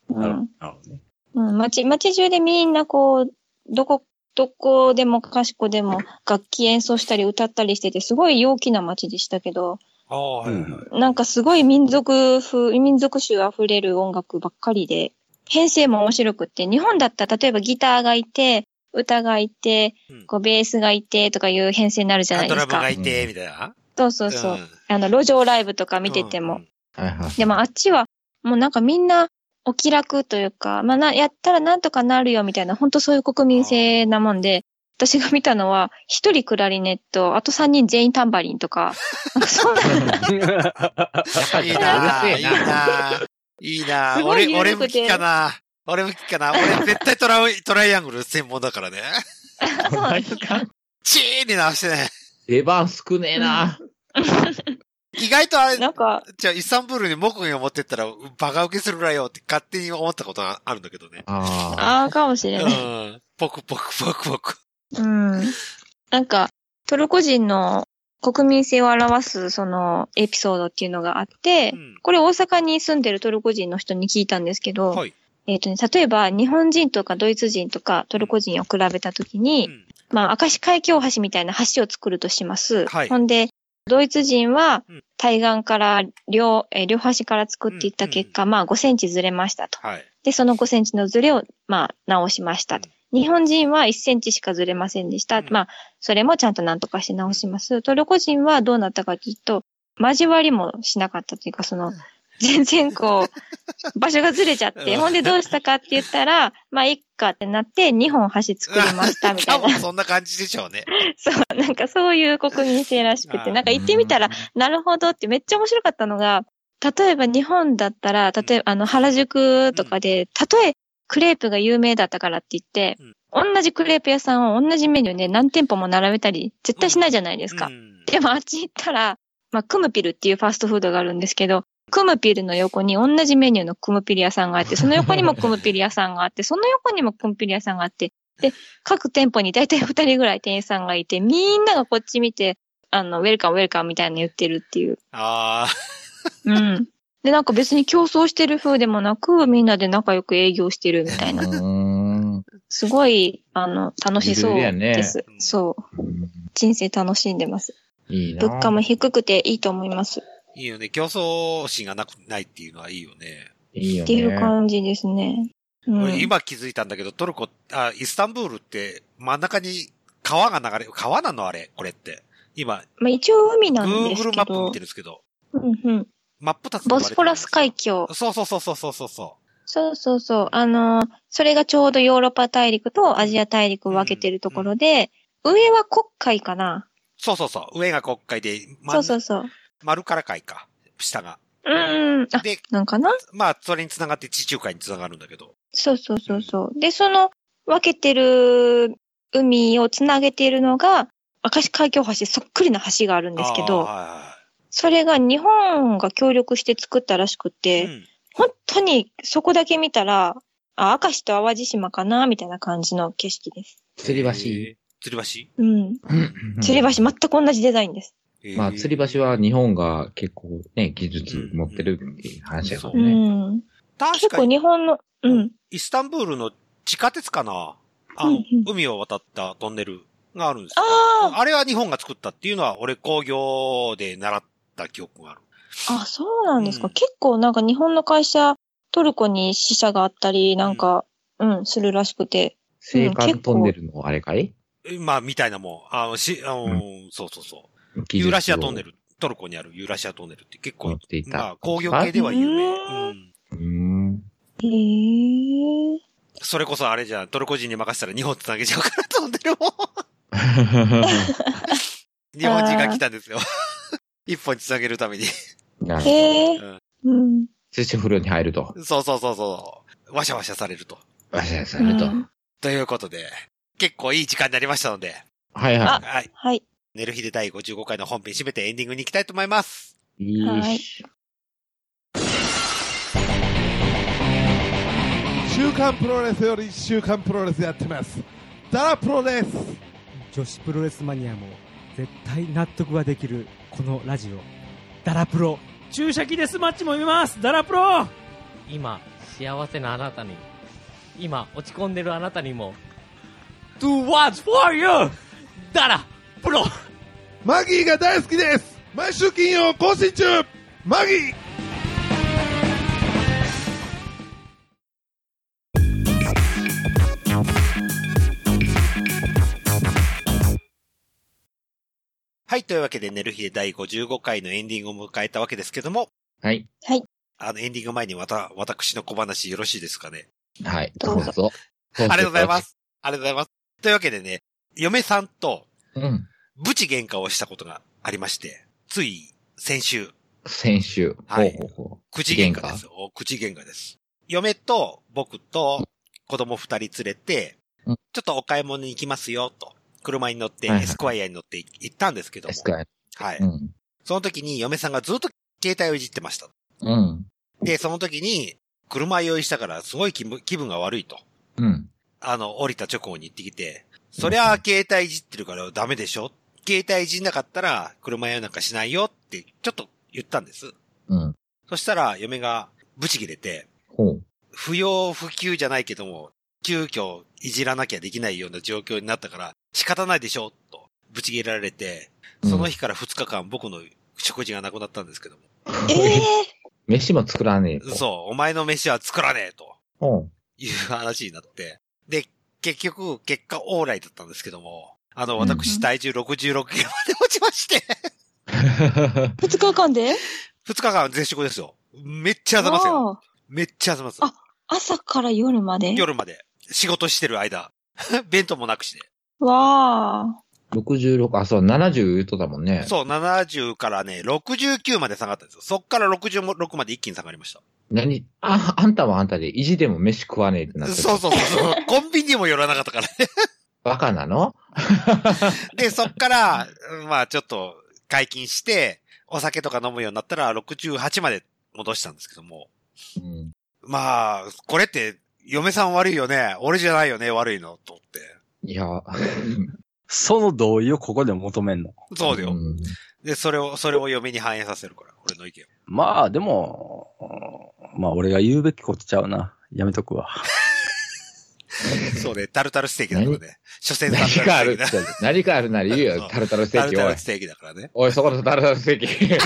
うん。 なるほどね。 うん、街、街中でみんなこう、どこ、どこでもかしこでも楽器演奏したり歌ったりしてて、すごい陽気な街でしたけど、 ああ、はい、はい。 なんかすごい民族風、民族臭あふれる音楽ばっかりで、編成も面白くって、日本だったら例えばギターがいて、歌がいて、うん、こうベースがいてとかいう編成になるじゃないですか。 ドラムがいて、みたいな。 そうそうそう。うん、あの、路上ライブとか見てても。 うんうん、 でもあっちは、もうなんかみんなお気楽というか、まあな、やったらなんとかなるよみたいな、本当そういう国民性なもんで、私が見たのは、一人クラリネット、あと三人全員タンバリンとか、なんかそんな。 いいなぁ、いいなぁ、いいなぁ。俺、俺も聞かな俺も聞かな俺絶対トライ、トライアングル専門だからね。 そうなんですか。 チーンに直してね。 出番少ねえな意外とあれ、 なんか、 じゃあイスタンブールに木魚を持ってったらバカ受けするらよって勝手に思ったことがあるんだけどね。 ああ。ああ、かもしれない。 うん。ポクポクポクポク。 うん。なんか、トルコ人の国民性を表すそのエピソードっていうのがあって、うん、これ大阪に住んでるトルコ人の人に聞いたんですけど、はい、えっとね、例えば日本人とかドイツ人とかトルコ人を比べたときに、うん、まあ、明石海峡橋みたいな橋を作るとします。はい、ほんで、ドイツ人は対岸から両、え両端から作っていった結果、うんうん、まあごセンチずれましたと。はい、で、そのごセンチのずれをまあ直しました。うん日本人はいっセンチしかずれませんでした。うん、まあ、それもちゃんと何とかして直します。トルコ人はどうなったかというと、交わりもしなかったというか、その、全然こう、場所がずれちゃって、ほんでどうしたかって言ったら、まあ、いっかってなって、にほん橋作りました、みたいな。 多分そんな感じでしょうね。 そう、なんかそういう国民性らしくて、なんか言ってみたら、なるほどってめっちゃ面白かったのが、例えば日本だったら、例えばあの、原宿とかで、例え、クレープが有名だったからって言って、うん、同じクレープ屋さんを同じメニューで何店舗も並べたり、絶対しないじゃないですか。うん、でもあっち行ったら、まあ、クムピルっていうファーストフードがあるんですけど、クムピルの横に同じメニューのクムピル屋さんがあって、その横にもクムピル屋さんがあって、その横にもクムピル屋さんがあって、で、各店舗にだいたいふたりぐらい店員さんがいて、みんながこっち見て、あの、ウェルカムウェルカムみたいなの言ってるっていう。 ああ。 うん。で、なんか別に競争してる風でもなく、みんなで仲良く営業してるみたいな。すごい、あの、楽しそうです。ね、そう。人生楽しんでます。 いいな。 物価も低くていいと思います。 いいよね。競争心がなくないっていうのはいいよね。 いいよね。 っていう感じですね。 うん、今気づいたんだけど、トルコ、あ、イスタンブールって真ん中に川が流れ、川なのあれこれって。今。 まあ一応海なんですけど。 Google マップ見てるんですけど。 うんうん。 マップ立つボスポラス海峡。 そうそうそうそうそうそう。 そうそうそう。あの、それがちょうどヨーロッパ大陸とアジア大陸を分けてるところで、うんうん、上は黒海かな。 そうそうそう。上が黒海で、 そうそうそう。 丸から海か。下が。 うんうん。で、なんかなまあ、それに繋がって地中海に繋がるんだけど。 そうそうそうそう。で、その分けてる海を繋げているのが、明石海峡橋そっくりな橋があるんですけど、それが日本が協力して作ったらしくて、うん、本当にそこだけ見たら、あ、明石と淡路島かなみたいな感じの景色です。 吊り橋。 吊り橋うん。吊り橋全く同じデザインです。 まあ、吊り橋は日本が結構ね、技術持ってるっていう話だからね。 うん。確かに。結構日本の、うん。 イスタンブールの地下鉄かなあの、うんうん、海を渡ったトンネルがあるんですよ。あああれは日本が作ったっていうのは、俺工業で習った記憶がある。 あ、そうなんですか。うん、結構なんか日本の会社、トルコに支社があったり、なんか、うん、うん、するらしくて。 青函トンネルのあれかい、 うん、まあ、みたいなもん。あの、し、あの、うん、そうそうそう。ユーラシアトンネル、トルコにあるユーラシアトンネルって結構、まあ、工業系では有名。うん。 うん。 へー。 それこそあれじゃん、トルコ人に任せたら日本つなげちゃうからトンネルも。日本人が来たんですよ。一本につなげるために。 へー。うん。 寿司風呂に入ると。 そうそうそうそう。わしゃわしゃされると。 わしゃわしゃされると。 ということで、結構いい時間になりましたので。 はいはい。 はい。 はい。 寝る日でだいごじゅうごかいの本編締めてエンディングに行きたいと思います。 いいはい。 週刊プロレスより週刊プロレスやってます。ダラプロです。 女子プロレスマニアも絶対納得ができるこのラジオ。ダラプロ。注射器デスマッチも見ます。ダラプロ。 今、 幸せなあなたに、今落ち込んでるあなたにも、Do what's for you! だら、プロマギーが大好きです。毎週金曜更新中。マギー。 はい。というわけで、寝る日でだいごじゅうごかいのエンディングを迎えたわけですけども。 はい。 はい。 あの、エンディング前にまた、私の小話よろしいですかね。 はい。どうぞ。 ありがとうございます。ありがとうございます。というわけでね、嫁さんと、 うん。 ブチ喧嘩をしたことがありまして、つい先週。 先週。 はい。 ほうほうほう。 口喧嘩ですよ。口喧嘩です。嫁と僕と子供二人連れて、うん、ちょっとお買い物に行きますよと。車に乗って、エスクワイアに乗って行ったんですけども。エスクワイア。はい、うん。その時に嫁さんがずっと携帯をいじってました。 うん。 で、その時に、車用意したからすごい気分、気分が悪いと。 うん。 あの、降りた直後に言ってきて、そりゃ携帯いじってるからダメでしょ？携帯いじんなかったら車用なんかしないよってちょっと言ったんです。 うん。 そしたら嫁がブチ切れて、 ほう。 不要不急じゃないけども、急遽いじらなきゃできないような状況になったから仕方ないでしょとブチ切れられて、その日からふつかかん僕の食事がなくなったんですけども。 ええー、 飯も作らねえと。そう、お前の飯は作らねえと。 うん。 いう話になって。で、結局、結果オーライだったんですけども、あの、私、体重ろくじゅうろくキロまで落ちまして。 二日間で二日間絶食ですよ。めっちゃあざますよ。めっちゃあざます。 あ、朝から夜まで夜まで。仕事してる間。弁当もなくして。 わー。 ろくじゅうろく、あ、そう、ななじゅう言うとだもんね。 そう、ななじゅうからね、ろくじゅうきゅうまで下がったんですよ。そっからろくじゅうろくまで一気に下がりました。 何あ、あんたはあんたで意地でも飯食わねえってなってそうそうそう。コンビニにも寄らなかったからね。 バカなので、そっから、まあちょっと解禁して、お酒とか飲むようになったらろくじゅうはちまで戻したんですけども。 うん、 まあ、これって、嫁さん悪いよね。俺じゃないよね、悪いの、と思って。 いや、 その同意をここで求めんの。 そうだよ。うん、で、それを、それを嫁に反映させるから、俺の意見。 まあ、でも、まあ、俺が言うべきことちゃうな。やめとくわ。 そうね、タルタルステーキだからね。所詮タルタルステーキだ。何かある、何かあるなら言うよ、タルタルステーキ。 タルタルステーキだからね。 おい、そこのタルタルステーキ。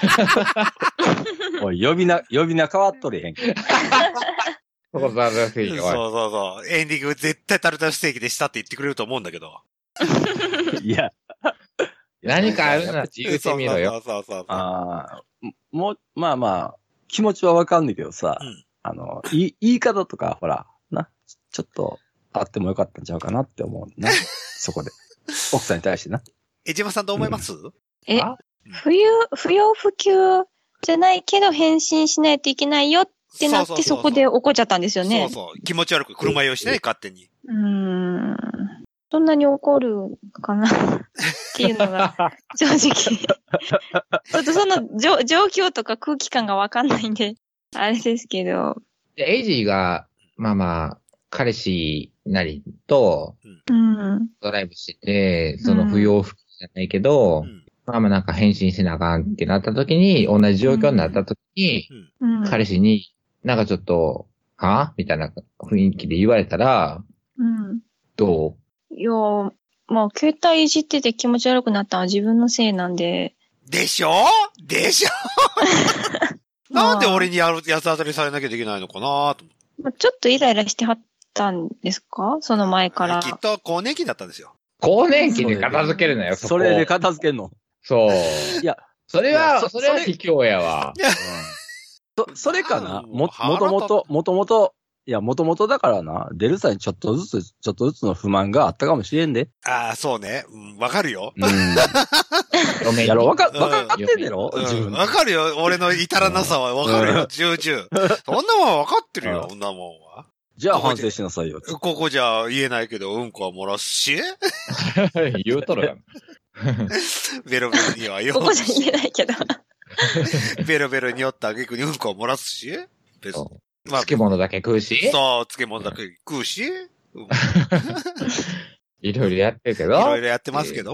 おい、呼び名、呼び名変わっとれへんけど。 そこのタルタルステーキ。 そうそうそう。エンディング絶対タルタルステーキでしたって言ってくれると思うんだけど。 いや。 何かあるなら言うてみろよ。 そうそうそうそう。 ああ、もう、まあまあ、気持ちはわかんないけどさ、うん、あの、い、言い方とか、ほら、な、ちょっと、あってもよかったんちゃうかなって思うな。そこで。奥さんに対してな。 江島さんどう思います？うん、 え、不要、不要不急じゃないけど返信しないといけないよってなって、そこで怒っちゃったんですよね。 そうそう。気持ち悪く車用意してね、勝手に。 うーん。そんなに怒るかなっていうのが、正直。ちょっとその状況とか空気感がわかんないんで、あれですけど。 エイジーが、まあまあ、彼氏なりと、ドライブしてて、その不要不急じゃないけど、うん、まあまあなんか返信せなあかんってなった時に、同じ状況になった時に、うん、彼氏になんかちょっと、はみたいな雰囲気で言われたら、 うん、 どういや、まあ、携帯いじってて気持ち悪くなったのは自分のせいなんで。 でしょでしょなんで俺にやる、八つ当たりされなきゃできないのかなと思って。 まあ、ちょっとイライラしてはったんですかその前から。 きっと更年期だったんですよ。 更年期で片付けるなよ、そこ。 それで片付けんの。 そう。 いや、 それは、それは卑怯やわ。 そ、それかなも、もともと、もともと、いや、もともとだからな、デルさんにちょっとずつ、ちょっとずつの不満があったかもしれんで。 ああ、そうね。わ、うん、かるよ。 うん。やろ、わか、わかってんだろ、 うん、 自分。 わかるよ。俺の至らなさはわかるよ。重々。そんなもんわかってるよ、そんなもんは。 じゃあ反省しなさいよ。 ここじゃ言えないけど、うんこは漏らすし言うとるやん。 ベロベロにはよ。 ここじゃ言えないけど。 ベロベロによった挙句にうんこは漏らすし別に。 まあ、漬物だけ食うしそう、漬物だけ食うし、うん、 いろいろやってるけど。 いろいろやってますけど。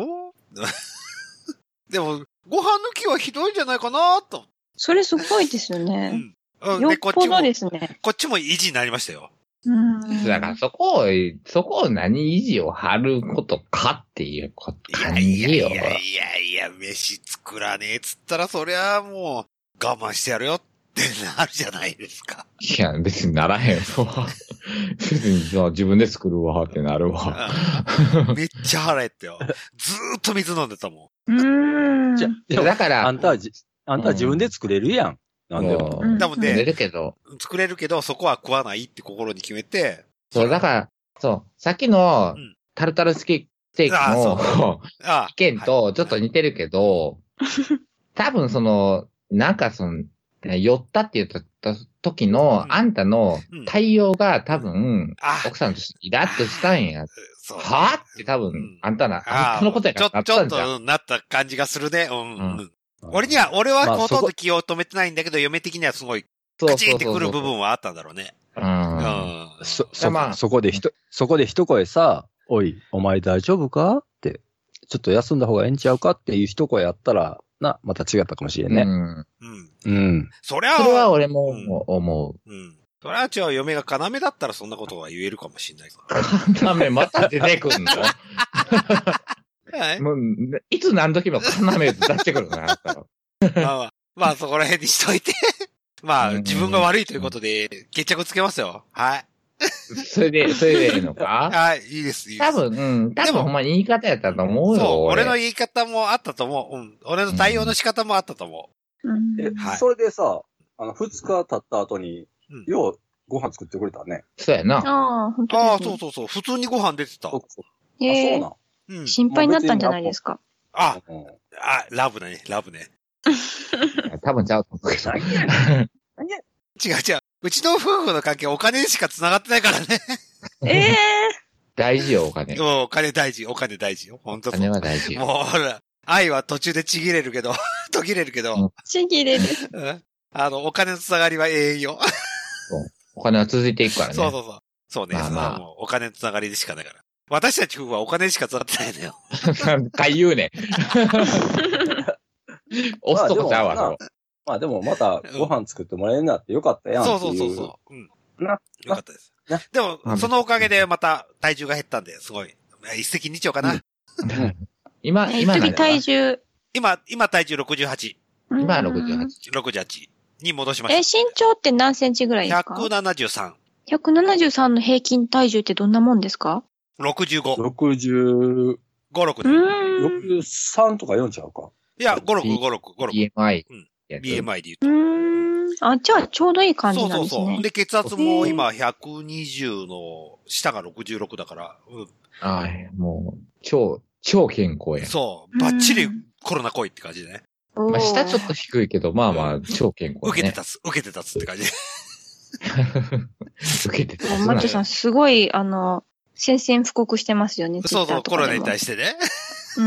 でも、ご飯抜きはひどいんじゃないかなと。 それすごいですよね。 うん、 よっで、こっちもぽど、ですね。 こっちも維持になりましたよ。 うん。 だからそこを、そこを何維持を張ることかっていうこと感じよ。 いやいやいやいやいや、飯作らねえっつったら、そりゃもう、我慢してやるよってなるじゃないですか。 いや、別にならへんわ。別にさ、自分で作るわってなるわ。 めっちゃ腹減ったよ。ずーっと水飲んでたもん。うーん。 じゃ、 だから、 あんたはじ、あんたは自分で作れるやん。なんでも。 多分ね、 作れるけど。 作れるけど、そこは食わないって心に決めて。 そう、だから、そう、さっきの、タルタルステーキの、意見とちょっと似てるけど、多分その、なんかその、酔ったって言った時の、あんたの対応が多分、奥さんとイラッとしたんや。はぁって多分、あんたな、あんたのことやからなったんじゃん。 ちょっと、なった感じがするね。うん。うん俺には、俺はほとんど気を止めてないんだけど、嫁的にはすごい、カチンってくる部分はあったんだろうね。 うん。 そ、そ、まあ、そこでひと、そこで一声さ、おい、お前大丈夫かって、ちょっと休んだ方がええんちゃうかっていう一声やったら、な、また違ったかもしれんね。うん。 うん。 うん。 そりゃ、 それは俺も思う。うん。それは違う、嫁が要だったらそんなことは言えるかもしれないから。要また出てくんのはい、もう、いつ何時も要出してくるな、あったら。 まあまあ、まあそこら辺にしといて。まあ、自分が悪いということで、決着つけますよ。はい。 それで、それでいいのかはい、いいです、いいです。 多分、うん。多分ほんまに言い方やったと思うよ。 そう、俺の言い方もあったと思う。うん。俺の対応の仕方もあったと思う。うん、え、はい、それでさ、あの、二日経った後に、うん、よう、ご飯作ってくれたね。 そうやな。 ああ、本当ああ、そうそうそう。普通にご飯出てた。 そうそう。 えー、 あ、そうなん。 うん、心配になったんじゃないですか。 あ、うん、あ、ラブだね、ラブね。 多分ちゃうと思うけど。 違う違う。うちの夫婦の関係お金しか繋がってないからね。 ええー。 大事よ、お金。 お金大事、お金大事よ。本当そう。 お金は大事よ。 もうほら、愛は途中でちぎれるけど、途切れるけど。 ちぎれる。 うん。あの、お金のつながりは永遠よ。 そう。お金は続いていくからね。 そうそうそう。そうね。まあまあ、もうお金のつながりでしかないから。私たち夫婦はお金しか繋がってないのよ。 何回言うね。押すとこちゃうわ、そう。まあでもまたご飯作ってもらえるなってよかったやん。 そうそうそうそう。うん。 な。 よかったです。でも、そのおかげでまた体重が減ったんで、すごい。一石二鳥かな。 今、今何体重。 今、今体重ろくじゅうはち。 今はろくじゅうはち。 ろくじゅうはちに戻しました。 え、身長って何センチぐらいですか ? ひゃくななじゅうさん。 ひゃくななじゅうさんの平均体重ってどんなもんですか ? ろくじゅうご。 ろくじゅうご、ろくで。 ろくじゅうさんとかよんちゃうか。 いや、ご、ろく、ご、ろく、ご、ろく。 ビーエムアイ。 うん。ビーエムアイ で言うと。うーん。あ、じゃあちょうどいい感じなんですね。 そうそうそう。で、血圧も今ひゃくにじゅうの下がろくじゅうろくだから。うん。 ああ、もう、超、超健康や。 そう。バッチリコロナ来いって感じでね。 まあ、下ちょっと低いけど、まあまあ、超健康、ね。 受けて立つ、受けて立つって感じで。 受けて立つ。 マッチョさん、すごい、あの、宣戦布告してますよね。 そうそう、コロナに対してね。 うん。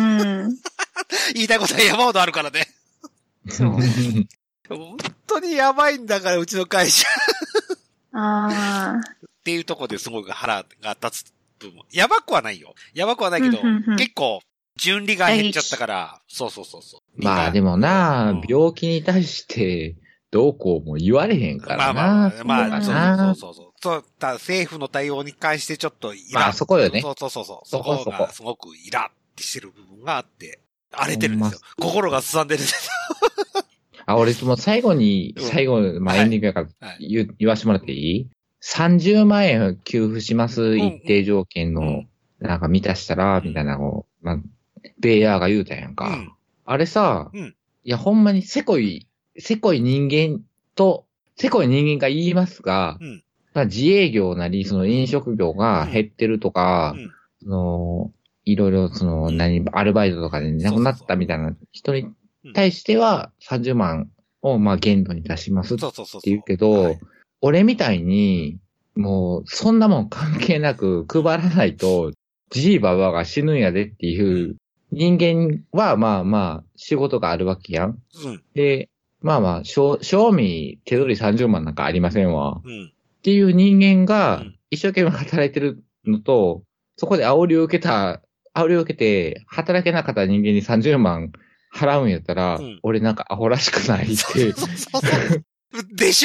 言いたいことは山ほどあるからね。 そう。 本当にやばいんだから、うちの会社。 ああ。 っていうところですごく腹が立つ部分。やばくはないよ。やばくはないけど、うんうんうん、結構、順利が減っちゃったから、そうそうそうそう。 まあでもな、うん、病気に対して、どうこうも言われへんからな。 まあまあ、まあ、そうそうそう。そうだ政府の対応に関してちょっとイラッ。 まあそこよね。 そうそうそうそう。そこがすごくイラッしてる部分があって、荒れてるんですよ。心がすさんでるんですよ。 あ、俺も最後に、最後、まあエンディングやから言、はい、言わしてもらっていい ?さんじゅうまんえん給付します、一定条件の、なんか満たしたら、みたいなのを、まあ、ベイヤーが言うたやんか。うん、あれさ、うん、いやほんまにせこい、せこい人間と、せこい人間が言いますが、うん、まあ、自営業なり、その飲食業が減ってるとか、うん、その、いろいろその、何、アルバイトとかでなくなったみたいな人に対しては、さんじゅうまんをまあ限度に出しますって言うけど、俺みたいに、もう、そんなもん関係なく配らないと、じいばばが死ぬんやでっていう人間は、まあまあ、仕事があるわけやん。うん、で、まあまあ、賞味手取りさんじゅうまんなんかありませんわ。うん、っていう人間が一生懸命働いてるのと、そこで煽りを受けた、煽りを受けて、働けなかった人間にさんじゅうまん払うんやったら、うん、俺なんかアホらしくないって。 そうそうそうでしょ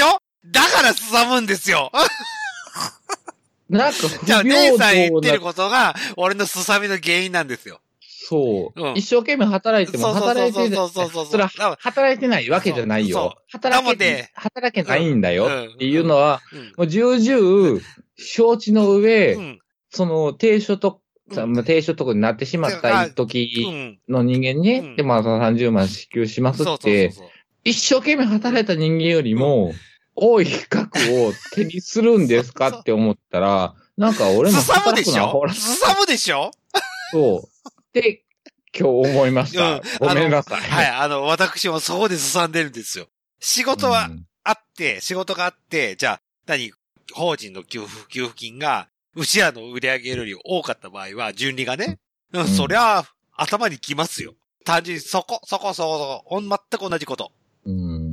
だからすさむんですよ。 なんか、 じゃあ、姉さん言ってることが、俺のすさみの原因なんですよ。 そう。うん、一生懸命働いても、働いてない。そうそうそうそう。それは、働いてないわけじゃないよ。働け、働けないんだよっていうのは、うんうん、もう重々、承知の上、うん、その、低所得、うん、低所得になってしまった時の人間に、うん、で、まあ、さんじゅうまん支給しますって、一生懸命働いた人間よりも、多い額を手にするんですかって思ったら、なんか俺も働くな、ほら。すさむでしょそう。で、今日思いました。うん、ごめんなさい。 はい、あの、私もそこですさんでるんですよ。仕事はあって、うん、仕事があって、じゃあ、何、法人の給付、給付金が、うちらの売り上げより多かった場合は、順利がね、うん、そりゃ、頭にきますよ。単純にそこ、そこ、そこ、そこ、全く同じこと。 うん。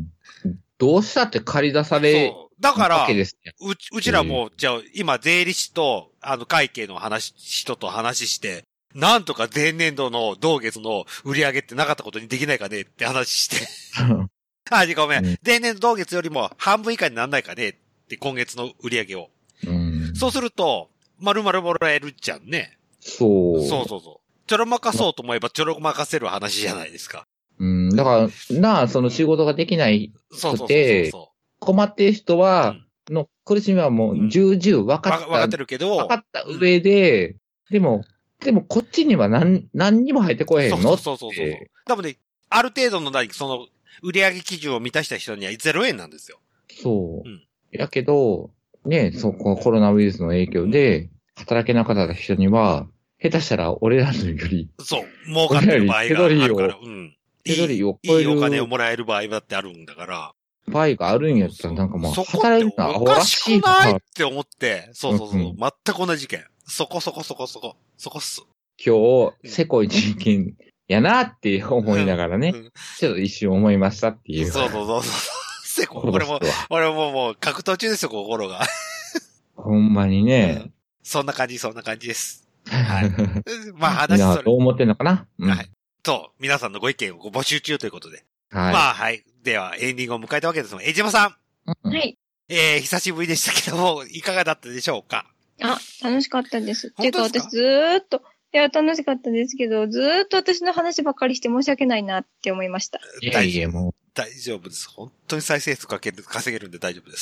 どうしたって借り出されるだから、うち、うちらも、じゃあ、今、税理士と、あの、会計の話、人と話して、なんとか前年度の同月の売り上げってなかったことにできないかねって話して。あ、ごめん。うん、前年度同月よりも半分以下にならないかねって今月の売り上げを。うん、そうすると、丸々もらえるじゃんね。 そう。 そうそうそう。ちょろまかそうと思えばちょろまかせる話じゃないですか。 うん、だから、なあ、その仕事ができないくて、困ってる人は、うん、の苦しみはもう重々分かった。 分かってるけど。 分かった上で、うん、でも、でもこっちには何、何にも入ってこへんのって。そうそうそうそう。 多分ね、ある程度の何、その、売上基準を満たした人にはゼロえんなんですよ。 そう。うん、やけど、ね、そう、このコロナウイルスの影響で、働けなかった人には、下手したら俺らのより、 そう、儲かってる場合があるから、うん。 手取りを超える。いいお金をもらえる場合だってあるんだから。 場合があるんやったら、なんかもう、 働いてたらおかしくないって思って、そうそうそう、うん、全く同じ意見。そこそこそこそこ、そこっす。 今日、せこい人権やなって思いながらね、うんうん、ちょっと一瞬思いましたっていう。 そうそうそうそう。せこい。俺も、俺ももう格闘中ですよ、心が。 ほんまにね、 うん。そんな感じ、そんな感じです。はい。まあ話それ。 どう思ってんのかな、 うん、はい。と、皆さんのご意見をご募集中ということで。はい。まあはい。では、エンディングを迎えたわけですが、江島さん。はい。 えー、久しぶりでしたけども、いかがだったでしょうか？ あ、楽しかったです。っていうか、私ずーっと、いや、楽しかったですけど、ずーっと私の話ばっかりして申し訳ないなって思いました。 いやいや、もう。 大丈夫です。本当に再生数かける、稼げるんで大丈夫です。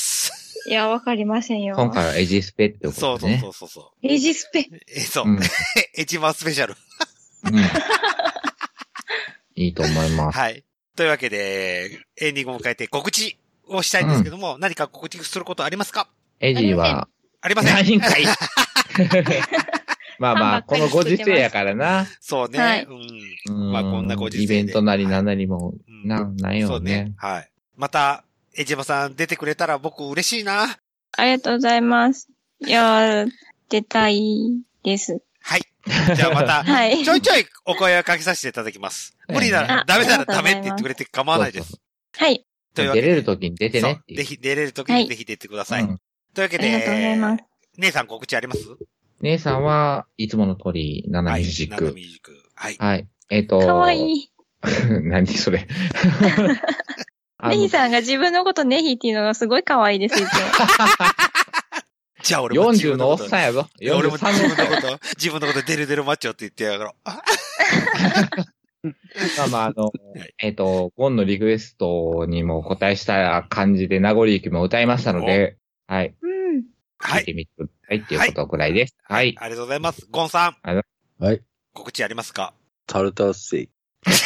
いや、わかりませんよ。 今回はエジスペってことね。 そうそうそうそう。 エジスペえ、そう。うん、エジマスペシャル。うん、 いいと思います。 はい。というわけで、エンディングを迎えて告知をしたいんですけども、うん、何か告知することありますか？ エジは、 ありません。 何かいまあまあ、このご時世やからな。 そうね。はい、うん。まあこんなご時世で。 イベントなりなんなりも、な、ないよね。そうね。 はい。また、江島さん出てくれたら僕嬉しいな。 ありがとうございます。いやー、出たいです。 はい。じゃあまた、はい、ちょいちょいお声をかけさせていただきます。無理なら、ダメならダメって言ってくれて構わないです。 はい。 というわけで。出れるときに出てね。 ぜひ、出れるときにぜひ出てください。はい、というわけで、 ありがとうございます。 姉さん告知あります？ 姉さんはいつもの通り、ナナミュージック。 ナナミュージック。はい。 はい。えっ、ー、と。 かわいい。 何それ。 ネヒさんが自分のことネヒっていうのがすごいかわいいですよ。 じゃあ俺もよんじゅうのおっさんやぞ。 俺も自分のこと、自分のことデルデルマッチョって言ってやがろ。 まあまあ、あの、はい、えっ、ー、と、ゴンのリクエストにもお答えした感じで名残雪も歌いましたので、はい。 うん。 はい。聞いてみてくださいっていうことくらいです。はい。はい、 ありがとうございます。ゴンさん。 はい。 告知ありますか？ タルタルステーキ。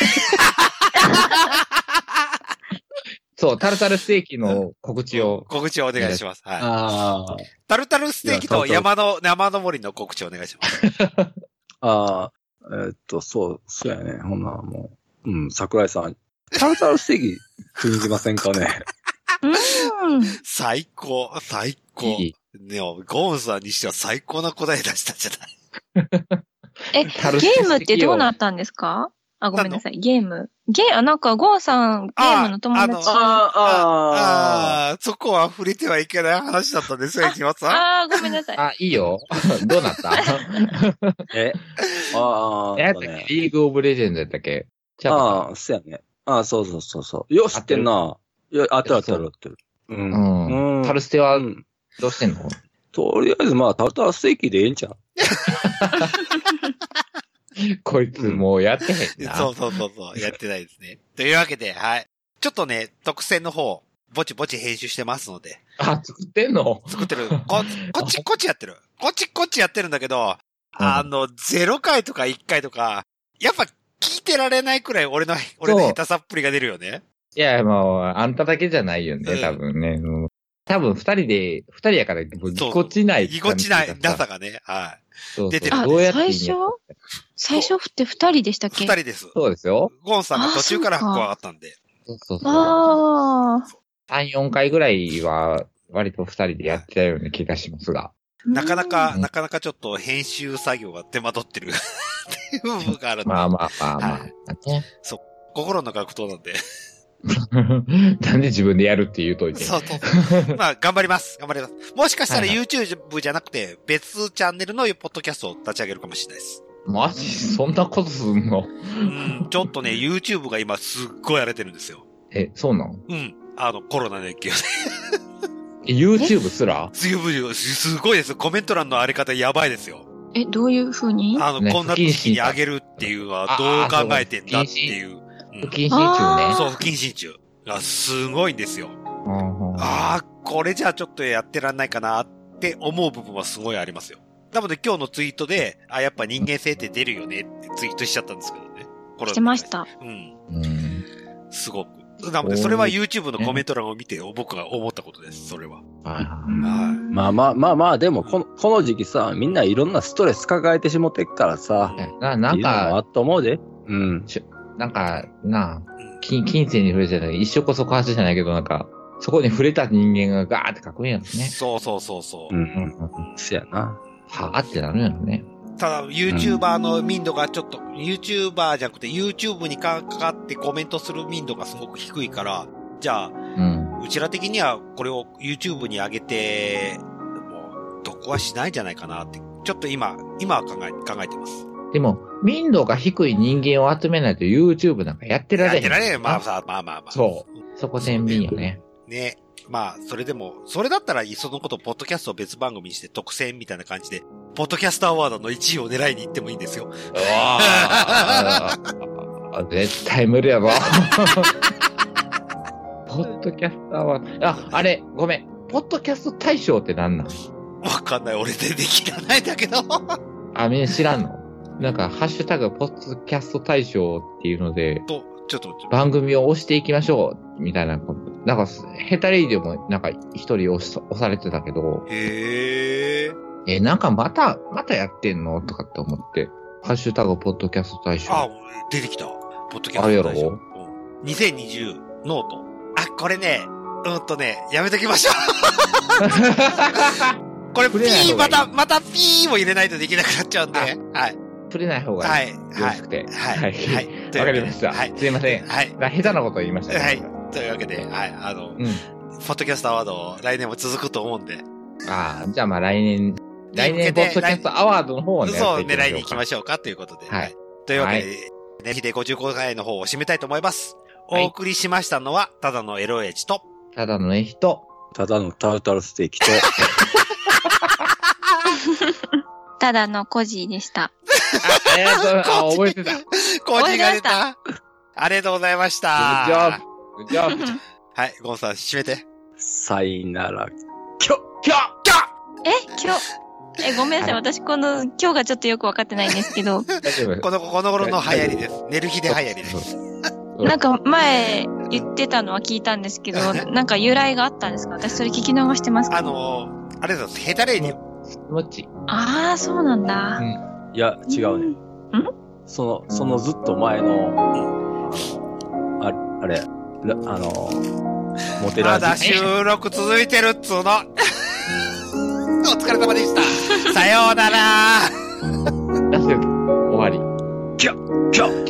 そう、タルタルステーキの告知を。 告知をお願いします。はい。 ああ。 タルタルステーキと山の、山の森の告知をお願いします。 ああ、えー、っと、そう、そうやね。ほんならもう、うん、桜井さん、タルタルステーキ食いに行きませんかね。 うん。 最高、最高。いいね、ゴーンさんにしては最高な答え出したんじゃないえ、ゲームってどうなったんですか？あ、ごめんなさい。ゲーム。ゲー、あ、なんか、ゴーさん、ゲームの友達。 ああ、ああ、そこは触れてはいけない話だったんですよ、木松さん。 ああ、ごめんなさい。 あ、いいよ。どうなったえああ、 やったっけ？リーグオブレジェンドやったっけ？ ああ、そうやね。ああ、そうそうそうそう。よ、知ってんな。いや、当たる当たる当たる。 うん。うん。タルステは、どうしてんの？ とりあえず、まあ、タルタルステーキでええんちゃうこいつもうやってへんな。 そうそうそうそう、やってないですね。というわけで、はい。ちょっとね、特選の方、ぼちぼち編集してますので。 あ、作ってんの？ 作ってる。こ、こっち、こっちやってる。こっち、こっちやってるんだけど、あの、ゼロかいとかいっかいとか、やっぱ聞いてられないくらい俺の、俺の下手さっぷりが出るよね。 いや、もう、あんただけじゃないよね、多分ね。うん、多分二人で、二人やから、ぎこちない。 ぎこちない、なさがね。はい。 そうそう出てる。 どうやって最初最初って二人でしたっけ？ 二人です。 そうですよ。 ゴンさんが途中から加わったんで。 そうそうそう。 ああ。 三、四回ぐらいは、割と二人でやってたような気がしますが。 なかなか、なかなかちょっと編集作業が手間取ってるっていう部分があるんで。 まあまあまあまあ、はい、ね。 そう。心の格闘なんで。 なんで自分でやるって言うといて。 そうそう。まあ、頑張ります。頑張ります。もしかしたら YouTube じゃなくて、別チャンネルのポッドキャストを立ち上げるかもしれないです。 マジ？そんなことすんの？ うん。ちょっとね、YouTube が今すっごい荒れてるんですよ。 え、そうなの？ うん。あの、コロナの影響で。 YouTube すら？ YouTube、すごいです。コメント欄の荒れ方やばいですよ。 え、どういう風に？ あの、ね、こんな時期に上げるっていうのはどう考えてんだっていう。 不謹慎中ね。 そう、不謹慎中。がすごいんですよ。ああ、これじゃあちょっとやってらんないかなって思う部分はすごいありますよ。なので今日のツイートで、あ、やっぱ人間性って出るよねってツイートしちゃったんですけどね。 これしてました。 うん。うん。すごく。なのでそれは YouTube のコメント欄を見て僕が思ったことです、それは。 はい。まあまあまあまあ、でもこの、この時期さ、みんないろんなストレス抱えてしもてっからさ。 な、なんか、 あっと思うで。うん。 なんか、なあ、金、金銭に触れちゃう一生こそかわしじゃないけど、なんか、そこに触れた人間がガーってかっこいいやつね。 そうそうそうそう。 うんうんうん。そやな。 はぁってなるやろね。 ただ、YouTuber の民度がちょっと、うん、YouTuber じゃなくて YouTube にかかってコメントする民度がすごく低いから、じゃあ、うん、うちら的にはこれを YouTube に上げて、もう、得はしないんじゃないかなって、ちょっと今、今は考え、考えてます。 でも、民度が低い人間を集めないと YouTube なんかやってられへん。 やってられへん。まあさ、まあまあまあ。 そう。そこ天秤よね。 ね。まあ、それでも、それだったら、そのこと、ポッドキャストを別番組にして特選みたいな感じで、ポッドキャストアワードのいちいを狙いに行ってもいいんですよ。 ああ、絶対無理やぞ。ポッドキャストアワード。あ、あれ、ごめん。ポッドキャスト大賞って何なん？ わかんない。俺全然知らないんだけど。 あ、みんな知らんの？なんか、ハッシュタグ、ポッドキャスト大賞っていうので、 と、ちょっと、 番組を押していきましょう、みたいなこと。なんか、ヘタレイディも、なんか、一人押し、押されてたけど、 へー。 え、なんかまた、またやってんのとかって思って、ハッシュタグ、ポッドキャスト大賞。 あ、出てきた。ポッドキャスト大賞。 あれやろ？ うん、にせんにじゅう、ノート。あ、これね、うんとね、やめときましょう。これ、ピー、また、またピーも入れないとできなくなっちゃうんで、はい。 触れない方がいい。はい。よろしくて。 はい。はい。はい。 わかりました。はい。すいません。はい。下手なこと言いましたね。 はい。というわけで、はい。あの、うん。ポッドキャストアワード、来年も続くと思うんで。 ああ、じゃあまあ来年、来年ポッドキャストアワードの方をね。 そう、狙いに行きましょうかということで。はい。というわけで、ね、ひでごじゅうごかいの方を締めたいと思います。お送りしましたのは、ただのエロエチと、 ただのエヒと、 ただのタルタルステーキと、 ただのコジーでした。 あ、ありがとうございます。あ、覚えてた。 コジーが出た。ありがとうございました。 グッジョブ。グッジョブ。 はい、ゴンさん、締めて。 さいなら、きょ、 きょ、きょえ、きょ、え、ごめんなさい。私、この、今日がちょっとよくわかってないんですけど。 この、この頃の流行りです。寝る日で流行りです。 なんか、前、言ってたのは聞いたんですけど、なんか由来があったんですか？私、それ聞き流してますか？ あのー、あれです。ヘタレイディオ。 もっち。 ああ、そうなんだ。 うん、いや、違うね。んその、そのずっと前の、あれ、あれ、あの、モテラジ。 まだ収録続いてるっつうの。お疲れ様でした。さようなら。 終わり。 キャッキャッ